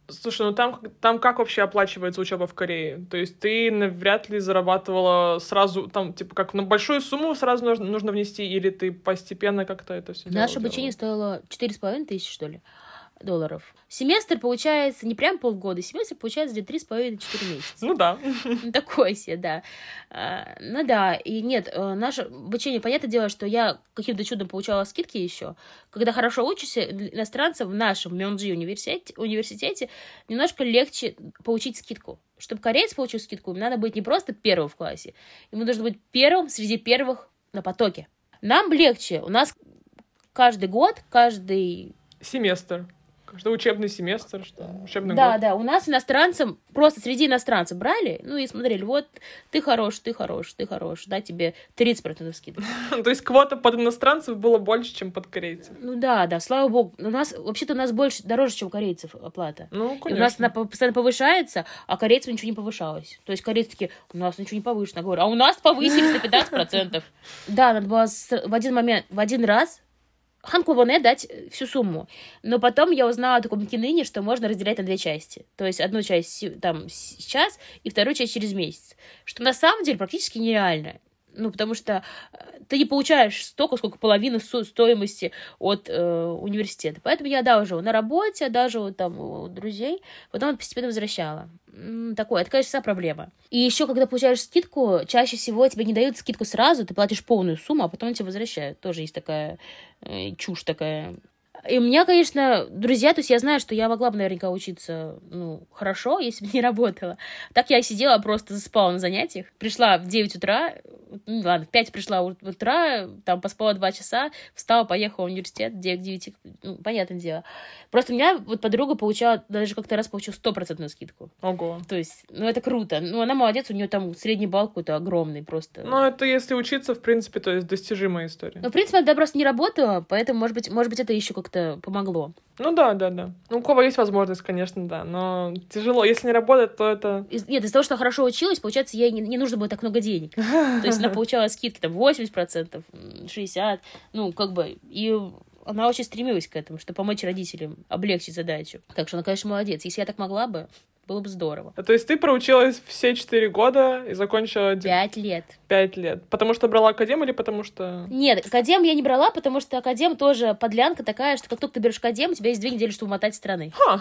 Слушай, ну там, там как вообще оплачивается учеба в Корее? То есть ты навряд ли зарабатывала сразу, там, типа, как на большую сумму сразу нужно, нужно внести, или ты постепенно как-то это все делала? Наше обучение стоило четыре с половиной тысячи, что ли, долларов. Семестр получается не прям полгода, семестр получается где-то три с половиной-четыре месяца. Ну да. Такое себе, да. А, ну да, и нет, наше обучение, понятное дело, что я каким-то чудом получала скидки еще. Когда хорошо учишься, иностранцам в нашем Мёнджи университете, университете немножко легче получить скидку. Чтобы кореец получил скидку, ему надо быть не просто первым в классе, ему нужно быть первым среди первых на потоке. Нам легче, у нас каждый год, каждый... Семестр. Каждый учебный семестр, что учебный да, год. Да, да, у нас иностранцам, просто среди иностранцев брали, ну и смотрели, вот, ты хорош, ты хорош, ты хорош, да, тебе тридцать процентов скидки. То есть квота под иностранцев было больше, чем под корейцев. Ну да, да, слава богу. У нас, вообще-то у нас больше, дороже, чем у корейцев оплата. Ну, конечно. И у нас она постоянно повышается, а корейцев ничего не повышалось. То есть корейцы такие, у нас ничего не повышено. Говорю, а у нас повысились на пятнадцать процентов. Да, надо было в один момент, в один раз Ханклубоне дать всю сумму. Но потом я узнала о таком киныне, что можно разделять на две части. То есть одну часть там сейчас и вторую часть через месяц. Что на самом деле практически нереально. Ну, потому что ты не получаешь столько, сколько половина стоимости от э, университета. Поэтому я одалживала на работе, одалживала там у друзей, потом постепенно возвращала. М-м, такое, это, конечно, вся проблема. И еще, когда получаешь скидку, чаще всего тебе не дают скидку сразу, ты платишь полную сумму, а потом тебе возвращают. Тоже есть такая э, чушь такая. И у меня, конечно, друзья, то есть я знаю, что я могла бы наверняка учиться, ну, хорошо, если бы не работала. Так я сидела, просто заспала на занятиях. Пришла в девять утра, ну, ладно, в пять пришла утра, там поспала два часа, встала, поехала в университет, в девять, ну, понятное дело. Просто у меня вот подруга получала, даже как-то раз получила стопроцентную скидку. Ого. То есть, ну, это круто. Ну, она молодец, у нее там средний балл какой-то огромный просто. Ну, это если учиться, в принципе, то есть достижимая история. Ну, в принципе, она просто не работала, поэтому, может быть, может быть, это еще как-то помогло. Ну да, да, да. Ну, у кого есть возможность, конечно, да. Но тяжело. Если не работает, то это... Из, нет, из-за того, что хорошо училась, получается, ей не, не нужно было так много денег. То есть она получала скидки там восемьдесят процентов, шестьдесят процентов, ну, как бы, и она очень стремилась к этому, чтобы помочь родителям, облегчить задачу. Так что она, конечно, молодец. Если я так могла бы, было бы здорово. То есть ты проучилась все четыре года и закончила... Пять лет. Пять лет. Потому что брала академ или потому что... Нет, академ я не брала, потому что академ тоже подлянка такая, что как только ты берешь академ, у тебя есть две недели, чтобы умотать из страны. Ха.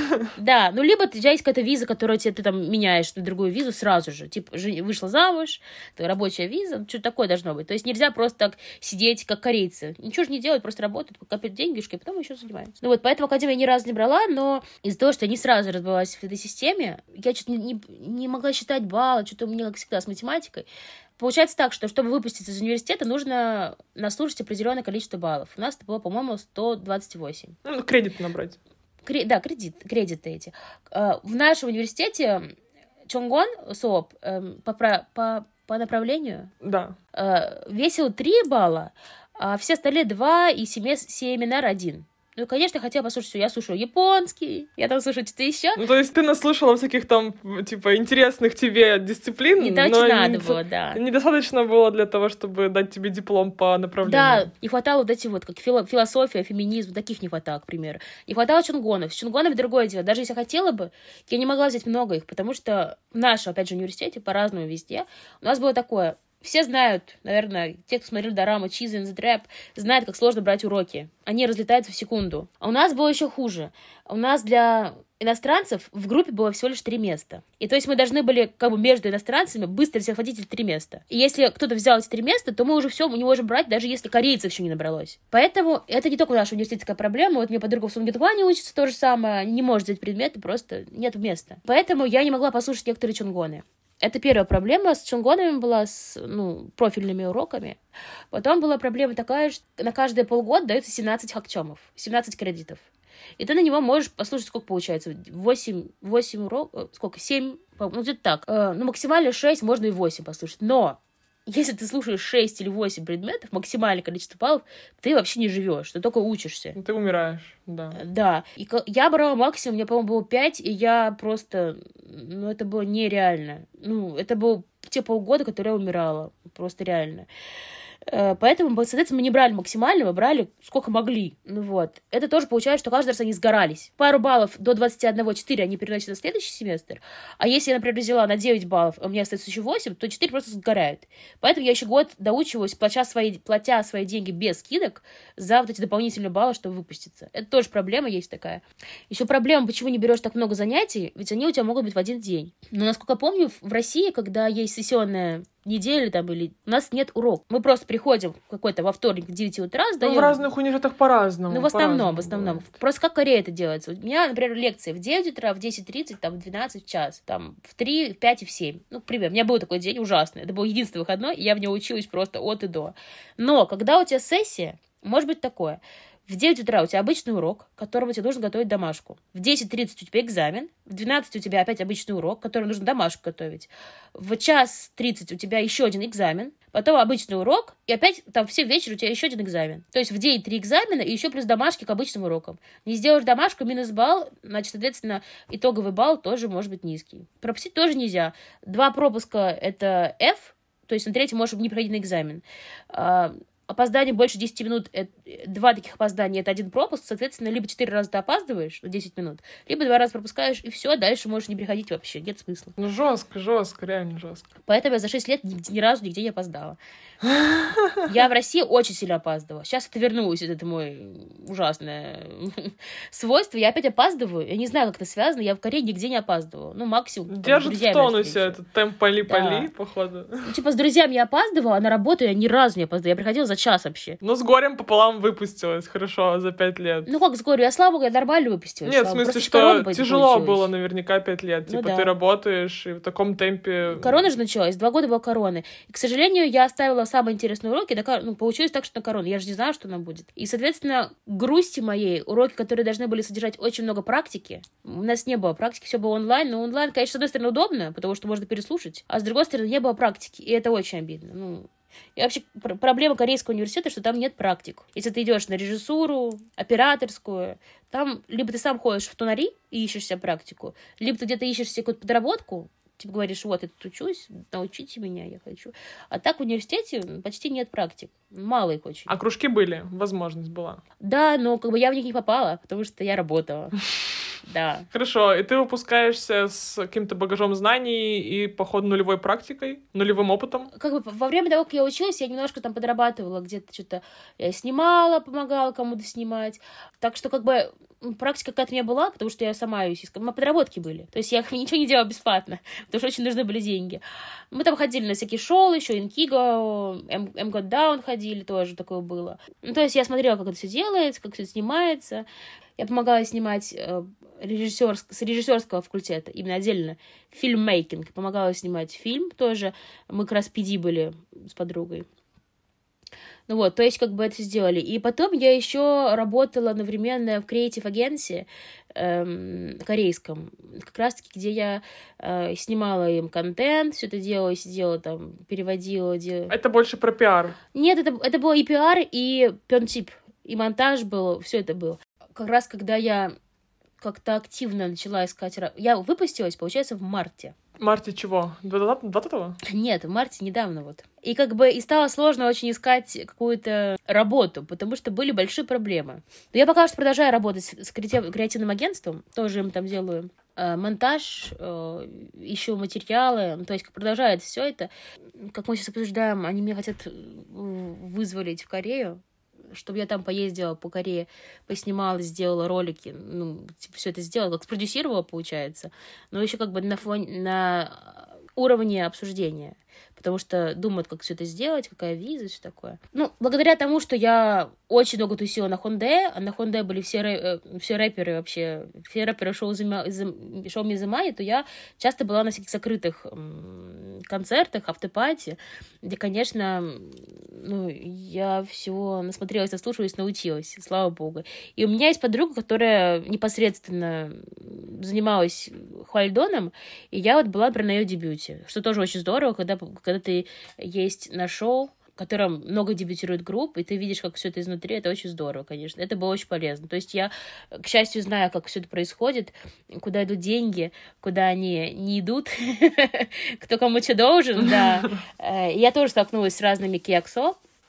Да, ну либо у тебя есть какая-то виза, которую тебе, ты там меняешь на другую визу сразу же. Типа, вышла замуж, рабочая виза, что-то такое должно быть. То есть нельзя просто так сидеть, как корейцы. Ничего же не делать, просто работают, копят деньгишки, а потом еще занимаются. Ну вот, поэтому академ я ни разу не брала, но из-за того, что я не сразу разбиралась в этой системе, я что-то не, не, не могла считать баллы, что-то у меня, как всегда, с математикой. Получается так, что чтобы выпуститься из университета, нужно наслушать определенное количество баллов. У нас это было, по-моему, сто двадцать восемь. Ну, кредит набрать. Кре- да, кредит, кредиты эти. В нашем университете Чонгон СОП по, по, по направлению да. весил три балла, а все остальные два и семинар один. Ну, конечно, я хотела послушать все. Я слушаю японский, я там слушаю что-то еще. Ну, то есть ты наслушала всяких там, типа, интересных тебе дисциплин, не то, но надо не, было, да. недостаточно было для того, чтобы дать тебе диплом по направлению. Да, не хватало вот эти вот, как философия, феминизм, таких не хватало, к примеру. Не хватало чунгонов. С чунгонами другое дело. Даже если я хотела бы, я не могла взять много их, потому что в нашем, опять же, университете, по-разному везде, у нас было такое... Все знают, наверное, те, кто смотрели дораму Cheese in the Trap, знают, как сложно брать уроки. Они разлетаются в секунду. А у нас было еще хуже. У нас для иностранцев в группе было всего лишь три места. И то есть мы должны были как бы между иностранцами быстро захватить эти три места. И если кто-то взял эти три места, то мы уже все, мы не можем брать, даже если корейцев еще не набралось. Поэтому это не только наша университетская проблема. Вот у меня подруга в Сунгеткване учится то же самое, не может взять предметы, просто нет места. Поэтому я не могла послушать некоторые чунгоны. Это первая проблема. С чунгонами была, с ну, профильными уроками. Потом была проблема такая, что на каждые полгода дается семнадцать хакчомов, семнадцать кредитов. И ты на него можешь послушать, сколько получается, восемь, восемь уроков, сколько, семь, ну где-то так. Ну максимально шесть, можно и восемь послушать. Но если ты слушаешь шесть или восемь предметов, максимальное количество баллов, ты вообще не живешь, ты только учишься. Ты умираешь, да. Да. И я брала максимум, у меня, по-моему, было пять, и я просто... Ну, это было нереально. Ну, это было те полгода, которые я умирала. Просто реально. Поэтому, соответственно, мы не брали максимально, мы брали сколько могли. Ну вот. Это тоже получается, что каждый раз они сгорались. Пару баллов до двадцать один целых четыре они переносят на следующий семестр. А если я, например, взяла на девять баллов, а у меня остается еще восемь, то четыре просто сгорают. Поэтому я еще год доучиваюсь, платя свои, платя свои деньги без скидок за вот эти дополнительные баллы, чтобы выпуститься. Это тоже проблема есть такая. Еще проблема, почему не берешь так много занятий, ведь они у тебя могут быть в один день. Но, насколько помню, в России, когда есть сессионная недели там или... У нас нет урок. Мы просто приходим какой-то во вторник к девяти утра, сдаем... Ну, в разных университетах по-разному. Ну, в основном, по-разному в основном. бывает. Просто как в Корее это делается. У меня, например, лекции в девять утра, в десять тридцать, там, в двенадцать, в час, там, в три, в пять и в семь. Ну, к примеру, у меня был такой день ужасный. Это был единственный выходной, и я в него училась просто от и до. Но, когда у тебя сессия, может быть такое... В девять утра у тебя обычный урок, к которому тебе нужно готовить домашку. В десять тридцать у тебя экзамен. В двенадцать у тебя опять обычный урок, который нужно домашку готовить. В час тридцать у тебя еще один экзамен. Потом обычный урок. И опять там в семь вечера у тебя еще один экзамен. То есть в день три экзамена и еще плюс домашки к обычным урокам. Не сделаешь домашку, минус балл. Значит, соответственно, итоговый балл тоже может быть низкий. Пропустить тоже нельзя. Два пропуска — это F. То есть на третьем можешь не приходить на экзамен. Опоздание больше десяти минут, это, два таких опоздания — это один пропуск, соответственно, либо четыре раза ты опаздываешь на десять минут, либо два раза пропускаешь, и все, дальше можешь не приходить вообще, нет смысла. Ну, жестко, жестко, реально жестко. Поэтому я за шесть лет ни, ни разу нигде не опоздала. Я в России очень сильно опаздывала. Сейчас это вернулось, это мой ужасное свойство. Я опять опаздываю. Я не знаю, как это связано. Я в Корее нигде не опаздывала. Ну, максимум. Держит в тонусе этот темп пали-пали, походу. Ну, типа, с друзьями я опаздывала, а на работу я ни разу не опоздала. Я приходила за час вообще. Ну, с горем пополам выпустилась, хорошо, за пять лет. Ну, как с горем? Я, слава богу, я нормально выпустилась. Нет, в смысле, что тяжело было наверняка пять лет. Ну, типа, да. Ты работаешь, и в таком темпе... Корона же началась, два года была корона. И, к сожалению, я оставила самые интересные уроки. Ну, получилось так, что на корону. Я же не знала, что она будет. И, соответственно, грусти моей, уроки, которые должны были содержать очень много практики, у нас не было практики, все было онлайн. Но онлайн, конечно, с одной стороны, удобно, потому что можно переслушать, а с другой стороны, не было практики. И это очень обидно. Ну, и вообще пр- проблема Корейского университета, что там нет практик. Если ты идешь на режиссуру, операторскую, там либо ты сам ходишь в тонари и ищешь себе практику, либо ты где-то ищешь себе какую-то подработку, типа говоришь, вот, я тут учусь, научите меня, я хочу. А так в университете почти нет практик. Мало их очень. А кружки были? Возможность была? Да, но как бы я в них не попала, потому что я работала. Да. Хорошо, и ты выпускаешься с каким-то багажом знаний и, походу, нулевой практикой, нулевым опытом? Как бы во время того, как я училась, я немножко там подрабатывала, где-то что-то я снимала, помогала кому-то снимать. Так что как бы практика какая-то у меня была, потому что я сама ее искала. У меня подработки были. То есть я ничего не делала бесплатно, потому что очень нужны были деньги. Мы там ходили на всякие шоу, еще Инкиго, эм-гот Даун ходили, тоже такое было. Ну, то есть я смотрела, как это все делается, как все это снимается. Я помогала снимать э, режиссерск... с режиссерского факультета, именно отдельно, фильммейкинг. Помогала снимать фильм тоже. Мы как раз пи ди были с подругой. Ну вот, то есть как бы это сделали. И потом я еще работала одновременно в Creative Agency эм, корейском, как раз-таки, где я э, снимала им контент, все это делала, сидела там, переводила. Делала. Это больше про пиар? Нет, это, это было и пиар, и пёнтип, и монтаж был, все это было. Как раз когда я как-то активно начала искать... Я выпустилась, получается, в марте. В марте чего? двадцатого? Нет, в марте недавно вот. И как бы и стало сложно очень искать какую-то работу, потому что были большие проблемы. Но я пока что продолжаю работать с креативным агентством, тоже им там делаю э, монтаж, э, ищу материалы, ну, то есть продолжает все это. Как мы сейчас обсуждаем, они меня хотят вызволить в Корею, чтобы я там поездила по Корее, поснимала, сделала ролики, ну, типа, все это сделала, как спродюсировала, получается, но еще как бы на фоне, на уровне обсуждения, потому что думают, как все это сделать, какая виза, все такое. Ну, благодаря тому, что я очень много тусила на Хонде, а на Хонде были все, рэ... все рэперы вообще, все рэперы шоу Мизумай, то я часто была на всяких закрытых м- концертах, автопати, где, конечно, ну, я всего насмотрелась, наслушалась, научилась, слава богу. И у меня есть подруга, которая непосредственно занималась хвальдоном, и я вот была, например, на ее дебюте, что тоже очень здорово, когда, когда ты есть на шоу, в котором много дебютирует групп, и ты видишь, как все это изнутри, это очень здорово, конечно. Это было очень полезно. То есть я, к счастью, знаю, как все это происходит, куда идут деньги, куда они не идут, кто кому что должен, да. Я тоже столкнулась с разными кексо,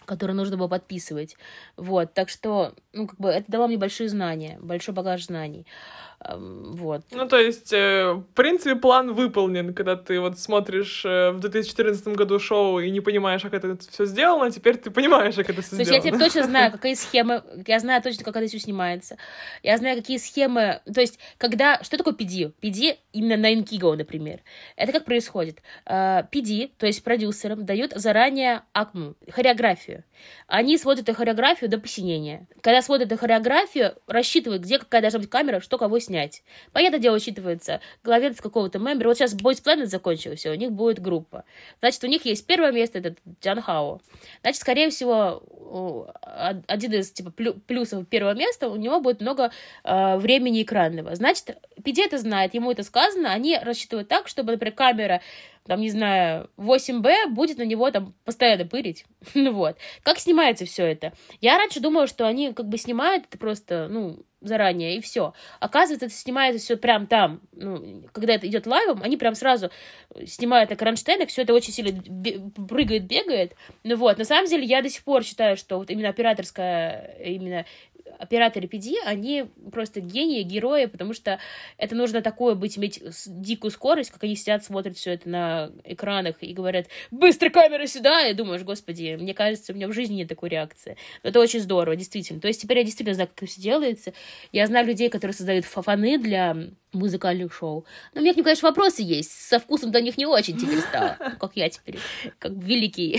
которые нужно было подписывать. Вот, так что, ну, как бы, это дало мне большие знания, большой багаж знаний. Вот. Ну, то есть, э, в принципе, план выполнен, когда ты вот смотришь э, в две тысячи четырнадцатом году шоу и не понимаешь, как это все сделано, теперь ты понимаешь, как это все то сделано. То есть я теперь точно знаю, какие схемы, я знаю точно, как это все снимается, я знаю, какие схемы, то есть, когда, что такое пи ди? пи ди именно на Inkigo, например. Это как происходит? пи ди, то есть продюсерам, дают заранее акму, хореографию. Они смотрят эту хореографию до посинения. Когда смотрят эту хореографию, рассчитывают, где какая должна быть камера, что кого снять. Понятное дело, учитывается главенец какого-то мембера. Вот сейчас Boys Planet закончился, у них будет группа. Значит, у них есть первое место, это Джан Хао. Значит, скорее всего, один из типа плюсов первого места, у него будет много э, времени экранного. Значит, пи ди это знает, ему это сказано, они рассчитывают так, чтобы, например, камера, там, не знаю, восемь бэ будет на него там постоянно пырить. Ну вот. Как снимается все это? Я раньше думала, что они как бы снимают это просто, ну, заранее, и все. Оказывается, это снимается все прям там. Ну, когда это идет лайвом, они прям сразу снимают на кронштейнах, все это очень сильно бе- прыгает, бегает. Ну вот. На самом деле, я до сих пор считаю, что вот именно операторская, именно операторы пи ди, они просто гении, герои, потому что это нужно такое быть, иметь дикую скорость, как они сидят, смотрят все это на экранах и говорят: быстро камера сюда, и думаешь: господи, мне кажется, у меня в жизни нет такой реакции. Но это очень здорово, действительно. То есть теперь я действительно знаю, как это все делается. Я знаю людей, которые создают фоны для музыкальных шоу. Но у меня к ним, конечно, вопросы есть. Со вкусом до них не очень теперь стало. Как я теперь, как великий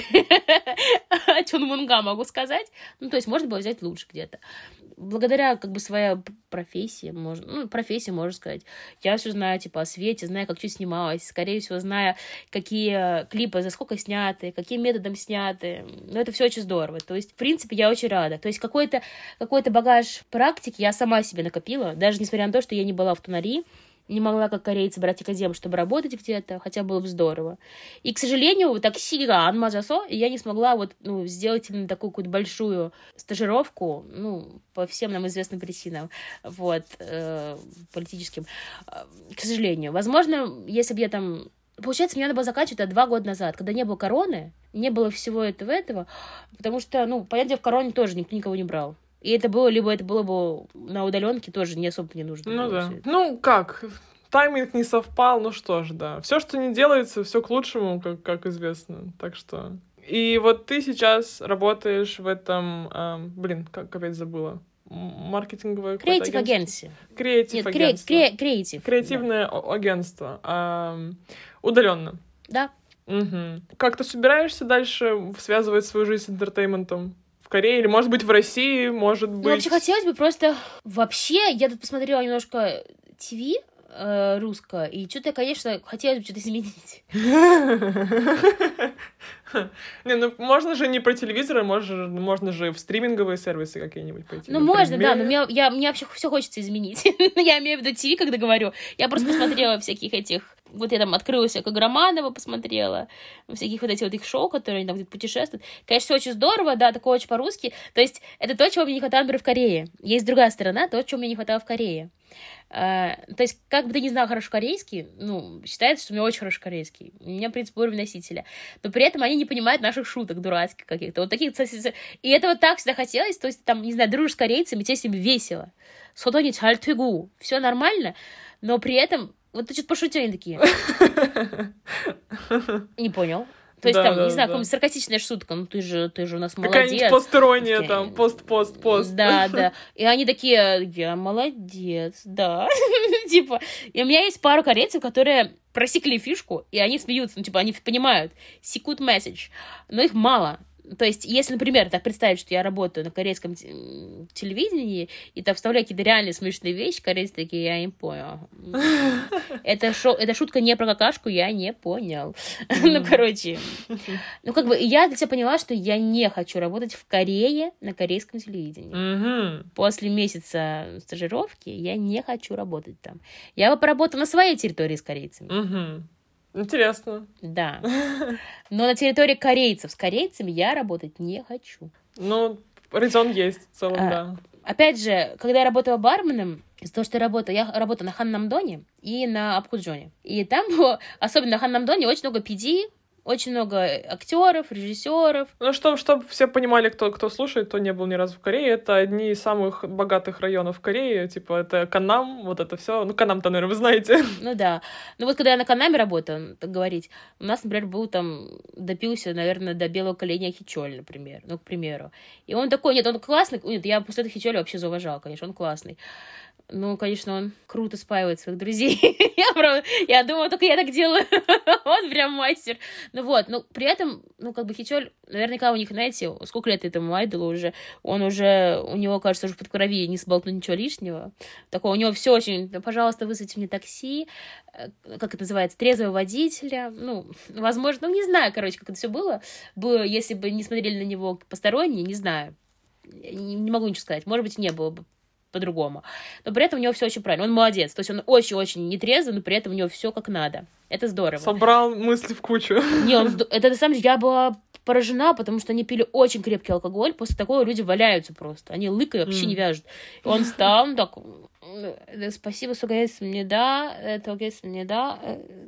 Чон Мунга могу сказать. Ну, то есть можно было взять лучше где-то. Благодаря, как бы, своей профессии, можно, ну, профессии, можно сказать, я все знаю, типа, о свете, знаю, как что снималось, скорее всего, знаю, какие клипы за сколько сняты, каким методом сняты. Но это все очень здорово. То есть, в принципе, я очень рада. То есть, какой-то, какой-то багаж практики я сама себе накопила, даже несмотря на то, что я не была в Тунари, не могла, как корейцы, брать академ, чтобы работать где-то, хотя было бы здорово. И, к сожалению, так сильно анмазасо, и я не смогла вот, ну, сделать именно такую какую-то большую стажировку, ну, по всем нам известным причинам, вот, э, политическим. К сожалению. Возможно, если бы я там... Получается, мне надо было заканчивать это два года назад, когда не было короны, не было всего этого, этого, потому что, ну, понятно, в короне тоже никто никого не брал. И это было, либо это было бы на удаленке, тоже не особо не нужно. Ну да. Ну как, тайминг не совпал, ну что ж, да. Все, что не делается, все к лучшему, как, как известно. Так что... И вот ты сейчас работаешь в этом... Э, блин, как опять забыла. Маркетинговое Creative агентство. Creative агентство. Нет, креатив. Креативное да. агентство. Э, удаленно. Да. Угу. Как ты собираешься дальше связывать свою жизнь с интертейментом? В Корее или, может быть, в России, может быть... Ну, вообще, хотелось бы просто... Вообще, я тут посмотрела немножко ТВ э, русское, и что-то, конечно, хотелось бы что-то изменить. Не, ну, можно же не про телевизор, можно, можно же в стриминговые сервисы какие-нибудь пойти. Ну, можно, да, но мне, я, мне вообще все хочется изменить. Я имею в виду ТВ, когда говорю. Я просто посмотрела всяких этих... Вот я там открыла себе Каграманова, посмотрела, всяких вот этих вот их шоу, которые они там где-то путешествуют. Конечно, все очень здорово, да, такое очень по-русски. То есть это то, чего мне не хватало, например, в Корее. Есть другая сторона, то, чего мне не хватало в Корее. А, то есть, как бы ты не знал хорошо корейский, ну, считается, что у меня очень хороший корейский. У меня, в принципе, уровень носителя. Но при этом они не понимают наших шуток дурацких каких-то. Вот таких... И этого так всегда хотелось. То есть, там, не знаю, дружишь с корейцами, тебе с ними весело. Содони чальтугу. Все нормально, но при этом... Вот ты что-то пошутил, они такие. Не понял. То есть, да, там, да, не знаю, да. какая-нибудь саркастичная шутка, ну ты же, ты же у нас молодец. Какая-нибудь посторонняя там, пост-пост-пост. Да, да. И они такие: я молодец, да. Типа, и у меня есть пару корейцев, которые просекли фишку, и они смеются, ну, типа, они понимают, секут месседж, но их мало. То есть, если, например, так представить, что я работаю на корейском телевидении, и там вставляю какие-то реальные смешные вещи, корейцы такие: я не понял. Это, шо, это шутка не про какашку, я не понял. Ну, короче. Ну, как бы, я для себя поняла, что я не хочу работать в Корее на корейском телевидении. После месяца стажировки я не хочу работать там. Я бы поработала на своей территории с корейцами. Интересно. Да. Но на территории корейцев с корейцами я работать не хочу. Ну, резон есть в целом, а, да. Опять же, когда я работала барменом, из-за того, что я работала, я работала на Ханнамдоне и на Апкуджоне. И там было, особенно на Ханнамдоне, очень много пи ди, Очень много актеров, режиссеров. Ну, чтобы, чтобы все понимали, кто, кто слушает, кто не был ни разу в Корее, это одни из самых богатых районов Кореи, типа, это Каннам, вот это все. Ну, Каннам-то, наверное, вы знаете. Ну, да. Ну, вот когда я на Каннаме работала, так говорить, у нас, например, был там, допился, наверное, до белого коленя Хичоль, например, ну, к примеру. И он такой, нет, он классный, нет, я после этого Хичоля вообще зауважала, конечно, он классный. Ну, конечно, он круто спаивает своих друзей. я, правда, я думала, только я так делаю. Он прям мастер. Ну вот, но при этом, ну, как бы Хичоль, наверняка у них, знаете, сколько лет этому айдолу уже, он уже, у него, кажется, уже под крови не сболтнуть ничего лишнего. Такое, у него все очень, пожалуйста, вызовите мне такси, как это называется, трезвого водителя. Ну, возможно, ну, не знаю, короче, как это все было. Было, если бы не смотрели на него посторонние, не знаю. Не, не могу ничего сказать. Может быть, не было бы по-другому. Но при этом у него все очень правильно. Он молодец. То есть он очень-очень нетрезвый, но при этом у него все как надо. Это здорово. Собрал мысли в кучу. Не, он... Это, на самом деле, я была поражена, потому что они пили очень крепкий алкоголь. После такого люди валяются просто. Они лыкой вообще mm. не вяжут. И он встал, он так... Спасибо, что говорите мне, да. Это говорите мне, да.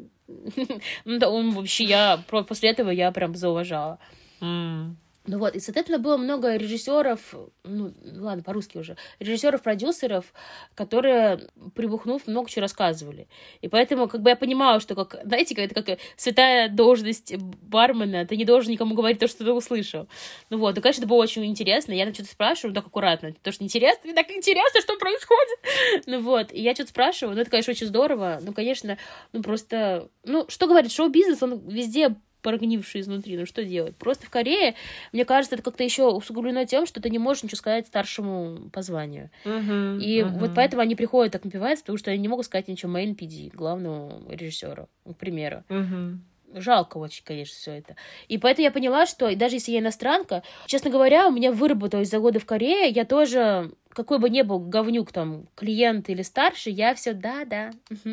Ну, да, он вообще, я... После этого я прям зауважала. Mm. Ну вот, и, соответственно, было много режиссеров, ну, ладно, по-русски уже, режиссеров-продюсеров, которые, прибухнув, много чего рассказывали. И поэтому, как бы, я понимала, что, как, знаете, это как святая должность бармена, ты не должен никому говорить то, что ты услышал. Ну вот, и, конечно, это было очень интересно, я там что-то спрашиваю, так аккуратно, потому что интересно, мне так интересно, что происходит. Ну вот, и я что-то спрашиваю, ну, это, конечно, очень здорово, ну, конечно, ну, просто, ну, что говорит, шоу-бизнес, он везде прогнивший изнутри, ну что делать? Просто в Корее, мне кажется, это как-то еще усугублено тем, что ты не можешь ничего сказать старшему по званию. Uh-huh, и uh-huh. вот поэтому они приходят так напиваться, потому что они не могут сказать ничего мейн пи ди, главному режиссеру, к примеру. Uh-huh. Жалко очень, конечно, все это. И поэтому я поняла, что даже если я иностранка, честно говоря, у меня выработалось за годы в Корее, я тоже, какой бы ни был говнюк там, клиент или старший, я все да-да,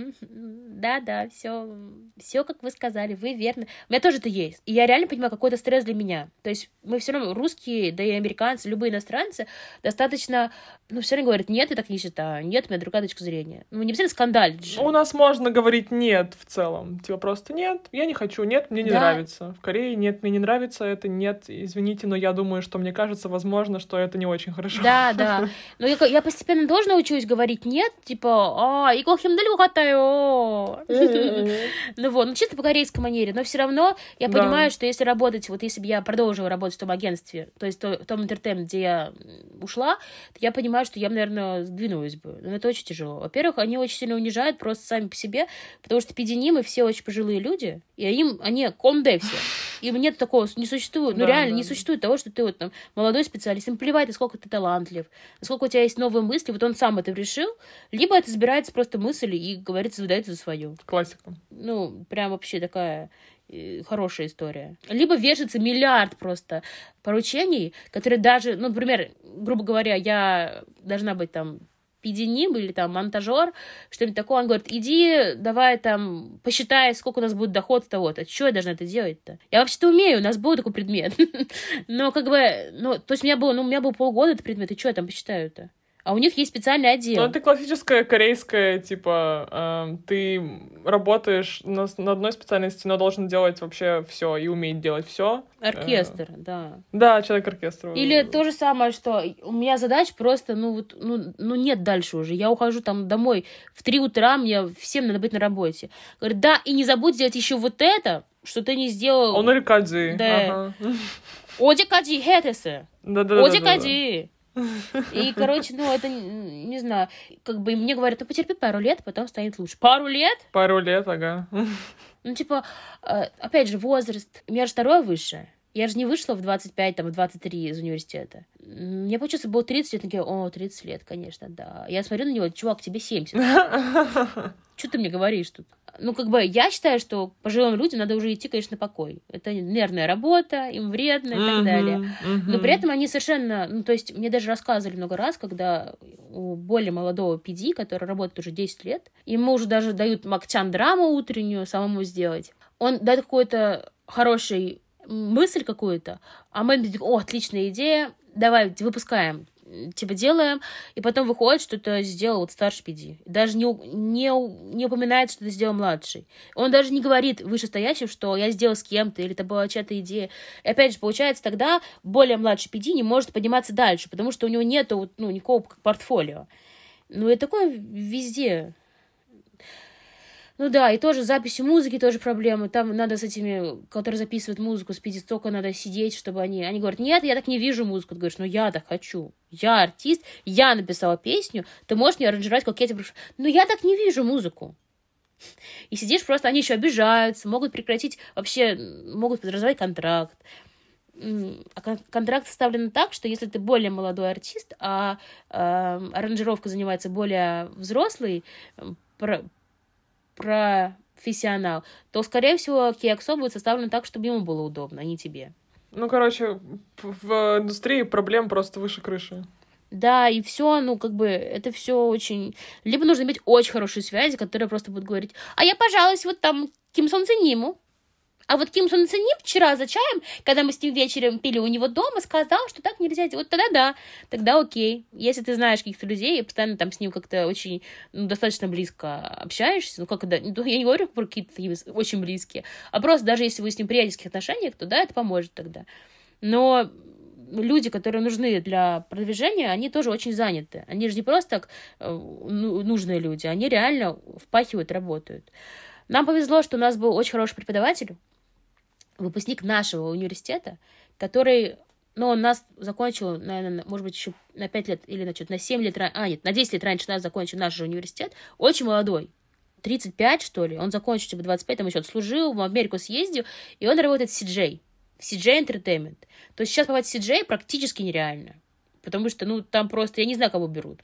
да-да, все, все, как вы сказали, вы верно. У меня тоже это есть. И я реально понимаю, какой это стресс для меня. То есть мы все равно, русские, да и американцы, любые иностранцы, достаточно, ну, все равно говорят, нет, я так не считаю, нет, у меня другая точка зрения. Ну, не обязательно скандалить же. У нас можно говорить нет в целом. Типа просто нет, я не хочу, нет, мне не да. нравится. В Корее нет, мне не нравится, это нет, извините, но я думаю, что мне кажется, возможно, что это не очень хорошо. Да, да. Но я, я постепенно тоже научусь говорить нет, типа, а, иго химдалю хатаю. Ну вот, ну чисто по корейской манере, но все равно я понимаю, что если работать, вот если бы я продолжила работать в том агентстве, то есть в том интертеймент, где я ушла, то я понимаю, что я бы, наверное, сдвинулась бы. Но это очень тяжело. Во-первых, они очень сильно унижают просто сами по себе, потому что пидинимы все очень пожилые люди, и им, они комде все. Им нет такого, не существует, ну да, реально да. не существует того, что ты вот там молодой специалист, им плевать, насколько ты талантлив, насколько у тебя есть новые мысли, вот он сам это решил, либо это собирается просто мысль и, говорится, выдается за свою. Классика. Ну, прям вообще такая э, хорошая история. Либо вешается миллиард просто поручений, которые даже, ну, например, грубо говоря, я должна быть там пидиним или там монтажер, что-нибудь такое, он говорит, иди, давай там, посчитай, сколько у нас будет доход с того-то. Что я должна это делать-то? Я вообще-то умею, у нас был такой предмет. Но как бы, ну, то есть у меня было, ну, у меня был полгода этот предмет, и что я там посчитаю-то? А у них есть специальный отдел. Ну, это классическая корейская, типа, э, ты работаешь на, на одной специальности, но должен делать вообще все и уметь делать все. Оркестр, э, да. Да, человек-оркестр. Или то же самое, что у меня задача просто, ну, вот, ну, ну, нет дальше уже. Я ухожу там домой в три утра, мне всем надо быть на работе. Говорит, да, и не забудь сделать еще вот это, что ты не сделал. Он рикадзи. Да. Одикади хетесе. Да-да-да. Одикади. И, короче, ну, это, не знаю, как бы мне говорят, ну, потерпи пару лет, потом станет лучше. Пару лет? Пару лет, ага. Ну, типа, опять же, возраст. У меня же второе высшее. Я же не вышла в двадцать пять, там, в двадцать три из университета. Мне, получается, было тридцать лет. Я такая, о, тридцать лет, конечно, да. Я смотрю на него, чувак, тебе семьдесят. Что ты мне говоришь тут? Ну, как бы, я считаю, что пожилым людям надо уже идти, конечно, на покой. Это нервная работа, им вредно и так далее. Но при этом они совершенно... Ну, то есть, мне даже рассказывали много раз, когда у более молодого пи ди, который работает уже десять лет, ему уже даже дают макчан-драму утреннюю самому сделать. Он дает какой-то хороший мысль какую-то, а менеджер говорит, о, отличная идея, давай, выпускаем. типа, делаем, и потом выходит, что это сделал вот старший пи ди. Даже не, не, не упоминает, что это сделал младший. Он даже не говорит вышестоящим, что я сделал с кем-то, или это была чья-то идея. И опять же, получается, тогда более младший пи ди не может подниматься дальше, потому что у него нету, ну, никакого портфолио. Ну, и такое везде. Ну да, и тоже с записью музыки тоже проблемы. Там надо с этими, которые записывают музыку, с пи-дистока надо сидеть, чтобы они... Они говорят, нет, я так не вижу музыку. Ты говоришь, ну я так хочу. Я артист, я написала песню, ты можешь мне аранжировать, как я тебе прошу. Но я так не вижу музыку. И сидишь просто, они еще обижаются, могут прекратить, вообще могут разорвать контракт. А контракт составлен так, что если ты более молодой артист, а э, аранжировка занимается более взрослый, про, профессионал, то, скорее всего, кей-экс о будет составлен так, чтобы ему было удобно, а не тебе. Ну, короче, в индустрии проблем просто выше крыши. Да, и все, ну, как бы, это все очень... Либо нужно иметь очень хорошие связи, которые просто будут говорить, а я пожалуйста, вот там Ким Сон Цениму. А вот Ким Сон Ценим вчера за чаем, когда мы с ним вечером пили у него дома, сказал, что так нельзя делать. Вот тогда да, тогда окей. Если ты знаешь каких-то людей и постоянно там с ним как-то очень, ну, достаточно близко общаешься, ну, как это, я не говорю про какие-то очень близкие, а просто даже если вы с ним в приятельских отношениях, то да, это поможет тогда. Но люди, которые нужны для продвижения, они тоже очень заняты. Они же не просто так нужные люди, они реально впахивают, работают. Нам повезло, что у нас был очень хороший преподаватель, выпускник нашего университета, который, ну, он нас закончил, наверное, может быть, еще на пять лет или на, что-то, на семь лет, а, нет, на десять лет раньше нас закончил наш же университет, очень молодой, тридцать пять, что ли, он закончил, типа, двадцать пять, там еще отслужил, в Америку съездил, и он работает в си джей, в си джей Entertainment. То есть сейчас попасть в си джей практически нереально, потому что, ну, там просто, я не знаю, кого берут.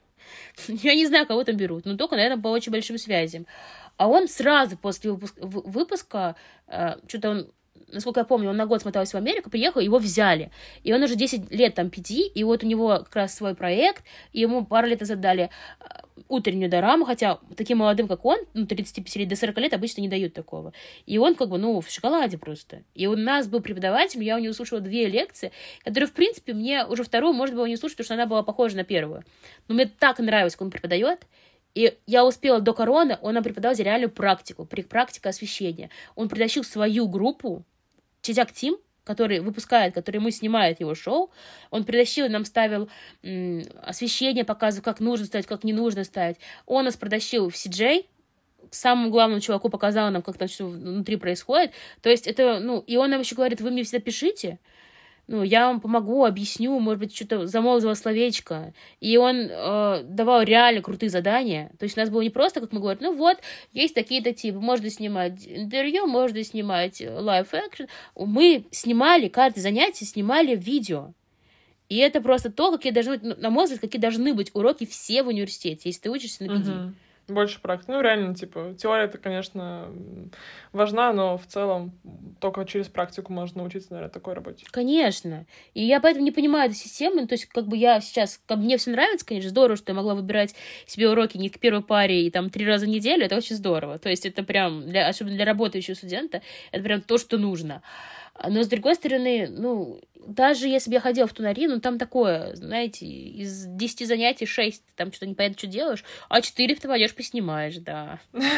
Я не знаю, кого там берут, но только, наверное, по очень большим связям. А он сразу после выпуска, выпуска э, что-то он, насколько я помню, он на год смотался в Америку, приехал, его взяли. И он уже десять лет там пи ди, и вот у него как раз свой проект, и ему пару лет назад дали э, утреннюю дораму, хотя таким молодым, как он, ну, тридцать пять лет до сорок лет обычно не дают такого. И он как бы, ну, в шоколаде просто. И у нас был преподаватель, я у него слушала две лекции, которые, в принципе, мне уже вторую можно было не слушать, потому что она была похожа на первую. Но мне так нравилось, как он преподает. И я успела до короны, он нам преподавал реальную практику, практика освещения. Он притащил свою группу, Чизяк Тим, который выпускает, который ему снимает его шоу. Он притащил, нам ставил м, освещение, показывал, как нужно ставить, как не нужно ставить. Он нас притащил в си джей, самому главному чуваку показал нам, как там все внутри происходит. То есть это, ну, и он нам еще говорит, вы мне всегда пишите, ну, я вам помогу, объясню, может быть, что-то замолвила словечко. И он э, давал реально крутые задания. То есть у нас было не просто, как мы говорим, ну вот, есть такие-то типы, можно снимать интервью, можно снимать лайв-экшн. Мы снимали, каждое занятие снимали видео. И это просто то, какие должны быть, на мой взгляд, какие должны быть уроки все в университете, если ты учишься на пи ди. Угу. Больше практики. Ну, реально, типа, теория-то, конечно, важна, но в целом только через практику можно научиться, наверное, такой работе. Конечно. И я поэтому не понимаю эту систему. То есть, как бы я сейчас... Как мне все нравится, конечно, здорово, что я могла выбирать себе уроки не к первой паре и там три раза в неделю. Это очень здорово. То есть, это прям, для, особенно для работающего студента, это прям то, что нужно. Но, с другой стороны, ну, даже если бы я ходила в Тунари, ну, там такое, знаете, из десяти занятий шесть, там что-то непонятно, что делаешь, а четыре ты пойдешь поснимаешь, да.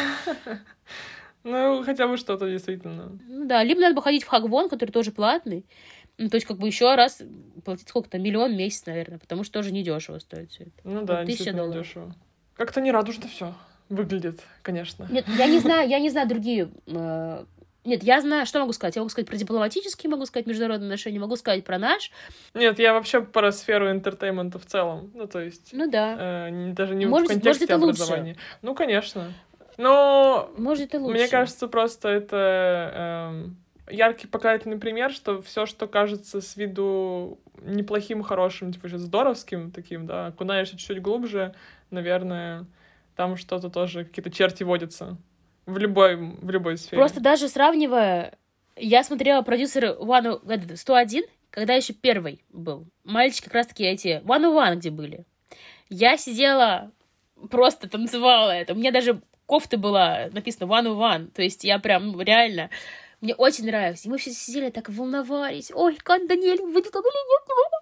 Ну, хотя бы что-то, действительно. Ну, да, либо надо бы ходить в Хагвон, который тоже платный, ну, то есть, как бы еще раз платить сколько-то, миллион в месяц, наверное, потому что тоже недешево стоит все это. Ну, да, действительно недешево. Как-то нерадужно все выглядит, конечно. Нет, я не знаю, я не знаю другие... Нет, я знаю, что могу сказать. Я могу сказать про дипломатические, могу сказать международные отношения, могу сказать про наш. Нет, я вообще про сферу интертеймента в целом. Ну, то есть... Ну, да. Э, даже не может, в контексте может, образования. Лучше. Ну, конечно. Но... Может, это лучше. Мне кажется, просто это э, яркий показательный пример, что все, что кажется с виду неплохим, хорошим, типа, здоровским таким, да, окунаешься чуть-чуть глубже, наверное, там что-то тоже, какие-то черти водятся. В любой, в любой сфере. Просто даже сравнивая, я смотрела продюсеры сто один, когда еще первый был. Мальчики как раз-таки эти сто один, где были. Я сидела, просто танцевала это. У меня даже кофта была написано сто один. То есть я прям реально... Мне очень нравилось. И мы все сидели так волновались. Ой, как Даниэль выйдет, как или нет.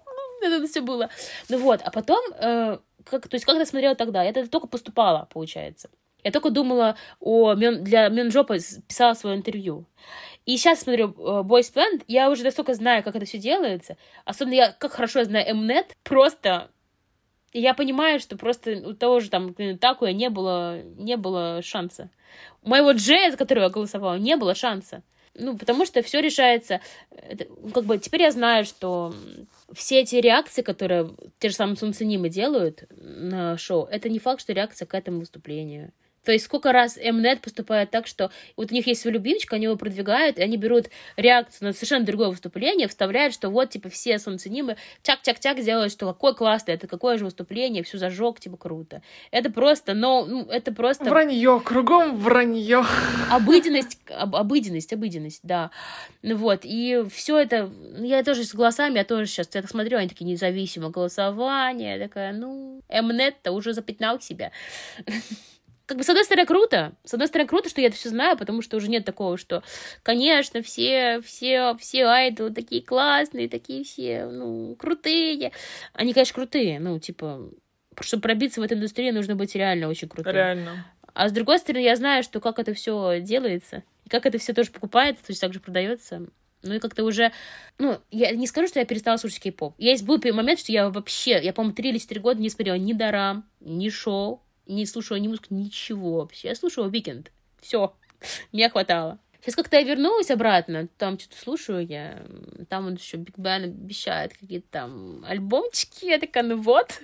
Это все было. Ну вот, а потом, э, как, то есть, как я смотрела тогда? Я тогда только поступала, получается. Я только думала о... Для Мёнджопа писала свое интервью. И сейчас смотрю Boys Planet, я уже настолько знаю, как это все делается. Особенно я, как хорошо я знаю Mnet, просто... Я понимаю, что просто у того же там Такуя не было, не было шанса. У моего Джея, за которого я голосовала, не было шанса. Ну, потому что все решается... Это, как бы теперь я знаю, что все эти реакции, которые те же самые Сунценимы делают на шоу, это не факт, что реакция к этому выступлению. То есть сколько раз Mnet поступает так, что вот у них есть свой любимчик, они его продвигают, и они берут реакцию на совершенно другое выступление, вставляют, что вот, типа, все Сунценимы чак-чак-чак делают, что какое классное, это какое же выступление, все зажег, типа, круто. Это просто, но, ну, это просто... Вранье, кругом вранье. Обыденность, об, обыденность, обыденность, да. Ну вот, и все это, я тоже с голосами, я тоже сейчас, я так смотрю, они такие независимое голосование, я такая, ну, Mnet-то уже запятнал себя. Как бы, с одной стороны, круто. С одной стороны, круто, что я это все знаю, потому что уже нет такого, что, конечно, все, все, все айдолы такие классные, такие все, ну, крутые. Они, конечно, крутые, ну, типа, чтобы пробиться в эту индустрию, нужно быть реально очень крутым. Реально. А с другой стороны, я знаю, что как это все делается, и как это все тоже покупается, то есть так же продается. Ну и как-то уже... Ну, я не скажу, что я перестала слушать кей-поп. Есть был момент, что я вообще, я, по-моему, три или четыре года не смотрела ни дорам, ни шоу, не слушала ни музыку, ничего вообще. Я слушала Weeknd. Все. Мне хватало. Сейчас как-то я вернулась обратно, там что-то слушаю я, там он еще Биг Бен обещает какие-то там альбомчики, я такая, ну вот.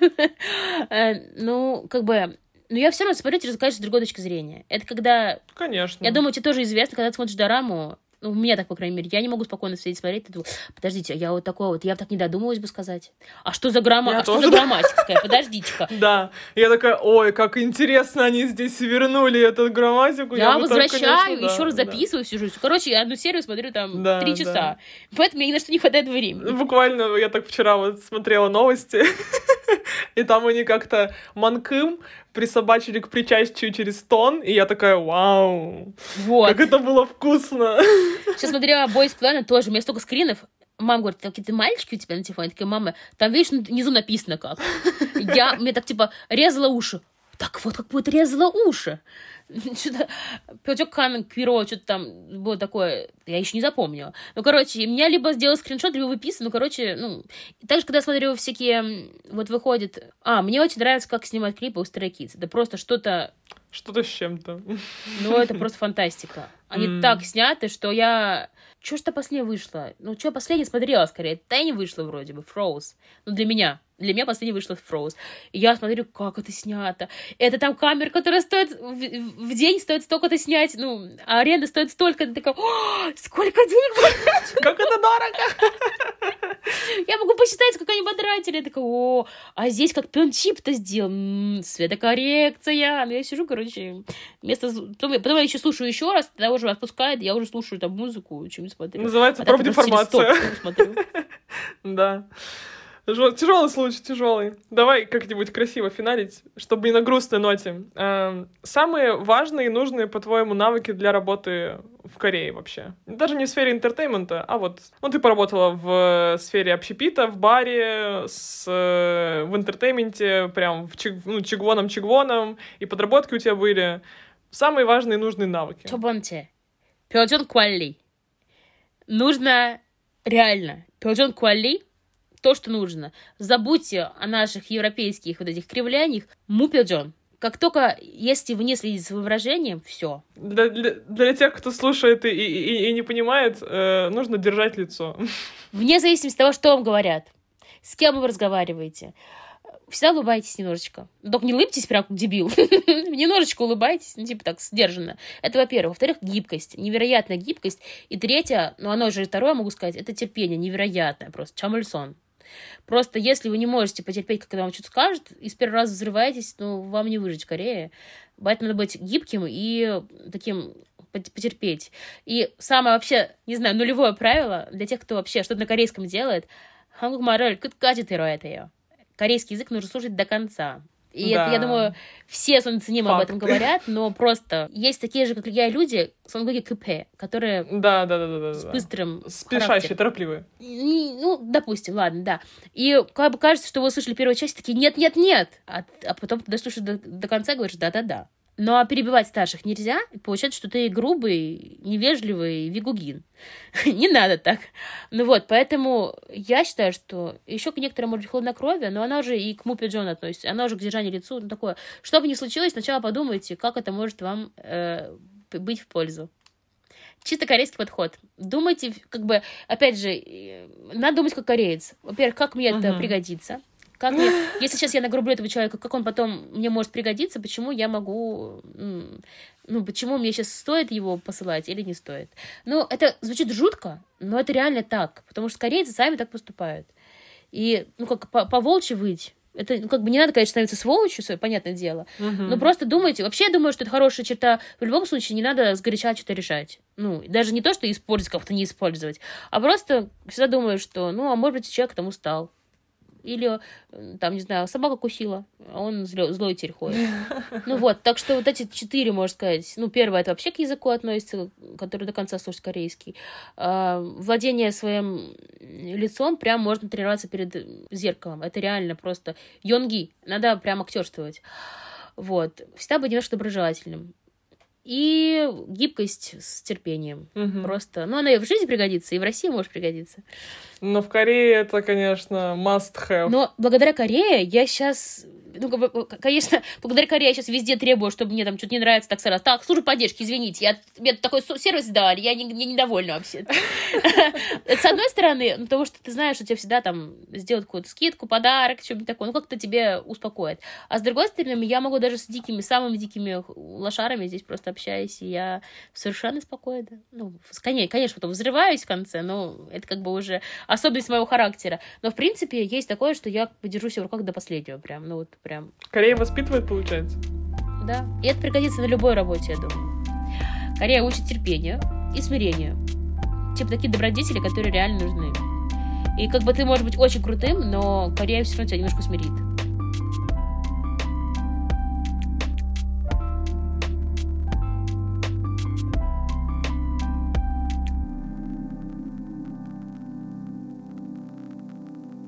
Ну, как бы... Но я все равно смотрю через, конечно, с другой точки зрения. Это когда... Конечно. Я думаю, тебе тоже известно, когда ты смотришь дораму, ну, у меня так, по крайней мере, я не могу спокойно сидеть смотреть. Ты думаешь, подождите, я вот такой вот, я так не додумалась бы сказать. А что за грамма, а что за грамматика такая? Подождите-ка. Да, я такая, ой, как интересно они здесь вернули эту грамматику. Я возвращаю, еще раз записываю всю жизнь. Короче, я одну серию смотрю там три часа. Поэтому мне ни на что не хватает времени. Буквально я так вчера вот смотрела новости, и там они как-то Манкым присобачили к причастию через тон, и я такая, вау, вот. Как это было вкусно. Сейчас смотрела Boys Planet тоже, у меня столько скринов. Мама говорит, какие-то мальчики у тебя на телефоне? Я такая, мама, там, видишь, внизу написано как. Я, мне так, типа, резала уши. Так вот, как будто резала уши. Что-то Пётёк Хан Квиро, что-то там было такое, я еще не запомнила. Ну, короче, меня либо сделал скриншот, либо выписан, ну, короче, ну... Также, когда я смотрю всякие, вот выходит... А, мне очень нравится, как снимать клипы у Stray Kids. Это просто что-то... Что-то с чем-то. Ну, это просто фантастика. Они mm. так сняты, что я... Чё ж-то последнее вышло? Ну, что я последнее смотрела, скорее? Тайни вышла вроде бы, Froze. Ну, для меня. Для меня последнее вышло Froze. И я смотрю, как это снято. Это там камера, которая стоит... В, в день стоит столько-то снять. Ну, а аренда стоит столько. Ты такая, сколько денег? Как это дорого! Я могу посчитать, сколько они потратили. Я такая, о, а здесь как пёнчип-то сделал. М-м, светокоррекция. Ну, я сижу, короче, вместо... Потом, потом я еще слушаю еще раз, тогда уже отпускает, я уже слушаю там музыку, чем смотрю. Называется а профдеформация. Да. Тяжелый случай, тяжелый. Давай как-нибудь красиво финалить, чтобы не на грустной ноте. Самые важные и нужные, по-твоему, навыки для работы в Корее вообще? Даже не в сфере интертеймента, а вот... Ну, ты поработала в сфере общепита, в баре, с, в интертейменте, прям в чиг, ну, чигвоном-чигвоном, и подработки у тебя были. Самые важные и нужные навыки. 첫 번째, 표정 관리. Нужно реально 표정 관리, то, что нужно. Забудьте о наших европейских вот этих кривляниях. Мупёджон. Как только, если вы не следите за выражением, все. Для, для, для тех, кто слушает и, и, и не понимает, э, нужно держать лицо. Вне зависимости от того, что вам говорят, с кем вы разговариваете. Всегда улыбайтесь немножечко. Только не улыбайтесь прям как дебил. Немножечко улыбайтесь, ну, типа так, сдержанно. Это, во-первых. Во-вторых, гибкость. Невероятная гибкость. И третье, ну, оно же второе, могу сказать, это терпение. Невероятное просто. Чамульсон. Просто если вы не можете потерпеть, когда вам что-то скажут, и с первого раза взрываетесь, ну, вам не выжить в Корее. Поэтому надо быть гибким и таким потерпеть. И самое вообще, не знаю, нулевое правило для тех, кто вообще что-то на корейском делает, 한국말을 끝까지 들어야 돼요. Корейский язык нужно слушать до конца. И да. это, я думаю, все сонценимы об этом говорят, но просто есть такие же, как и я, люди, сонгоги КП, которые да, да, да, да, да, с быстрым спешащие, торопливые. Ну, допустим, ладно, да. И как бы кажется, что вы слышали первую часть, такие нет-нет-нет, а, а потом ты дослушаешь до, до конца и говоришь да-да-да. Ну, а перебивать старших нельзя, и получается, что ты грубый, невежливый вигугин. Не надо так. Ну вот, поэтому я считаю, что еще к некоторым, может быть, хладнокровие, но она уже и к Мупи Джон относится, она уже к держанию лицу, ну, такое. Что бы ни случилось, сначала подумайте, как это может вам э, быть в пользу. Чисто корейский подход. Думайте, как бы, опять же, надо думать как кореец. Во-первых, как мне uh-huh. это пригодится. Как мне, если сейчас я нагрублю этого человека, как он потом мне может пригодиться, почему я могу... Ну, почему мне сейчас стоит его посылать или не стоит? Ну, это звучит жутко, но это реально так. Потому что корейцы сами так поступают. И, ну, как по-волчьи выть. Это, ну, как бы не надо, конечно, становиться сволочью, свое, понятное дело. Uh-huh. Но просто думайте. Вообще, я думаю, что это хорошая черта. В любом случае, не надо сгоряча что-то решать. Ну, даже не то, что использовать, как-то не использовать. А просто всегда думаю, что, ну, а может быть, человек там устал. Или, там, не знаю, собака кусила, а он зло, злой теперь ходит. Ну вот, так что вот эти четыре, можно сказать. Ну, первое, это вообще к языку относится, который до конца слушает корейский. А, владение своим лицом прям можно тренироваться перед зеркалом. Это реально просто йонги. Надо прям актерствовать. Вот. Всегда быть немножко доброжелательным. И гибкость с терпением. Угу. Просто. Ну, она и в жизни пригодится, и в России может пригодиться. Но в Корее это, конечно, must have. Но благодаря Корее я сейчас... Ну, конечно, благодаря Корее я сейчас везде требую, чтобы мне там что-то не нравится, так сразу. Так, служба поддержки, извините, я, мне такой сервис дали, я не, не недовольна вообще. Это с одной стороны, потому что ты знаешь, что тебе всегда там сделают какую-то скидку, подарок, что-нибудь такое, ну, как-то тебе успокоит. А с другой стороны, я могу даже с дикими, самыми дикими лошарами здесь просто общаюсь, и я совершенно спокойна. Ну, конечно, потом взрываюсь в конце, но это как бы уже особенность моего характера. Но, в принципе, есть такое, что я держу себя в руках до последнего прям, ну, вот прям. Корея воспитывает, получается? Да. И это пригодится на любой работе, я думаю. Корея учит терпению и смирению. Типа такие добродетели, которые реально нужны. И как бы ты можешь быть очень крутым, но Корея все равно тебя немножко смирит.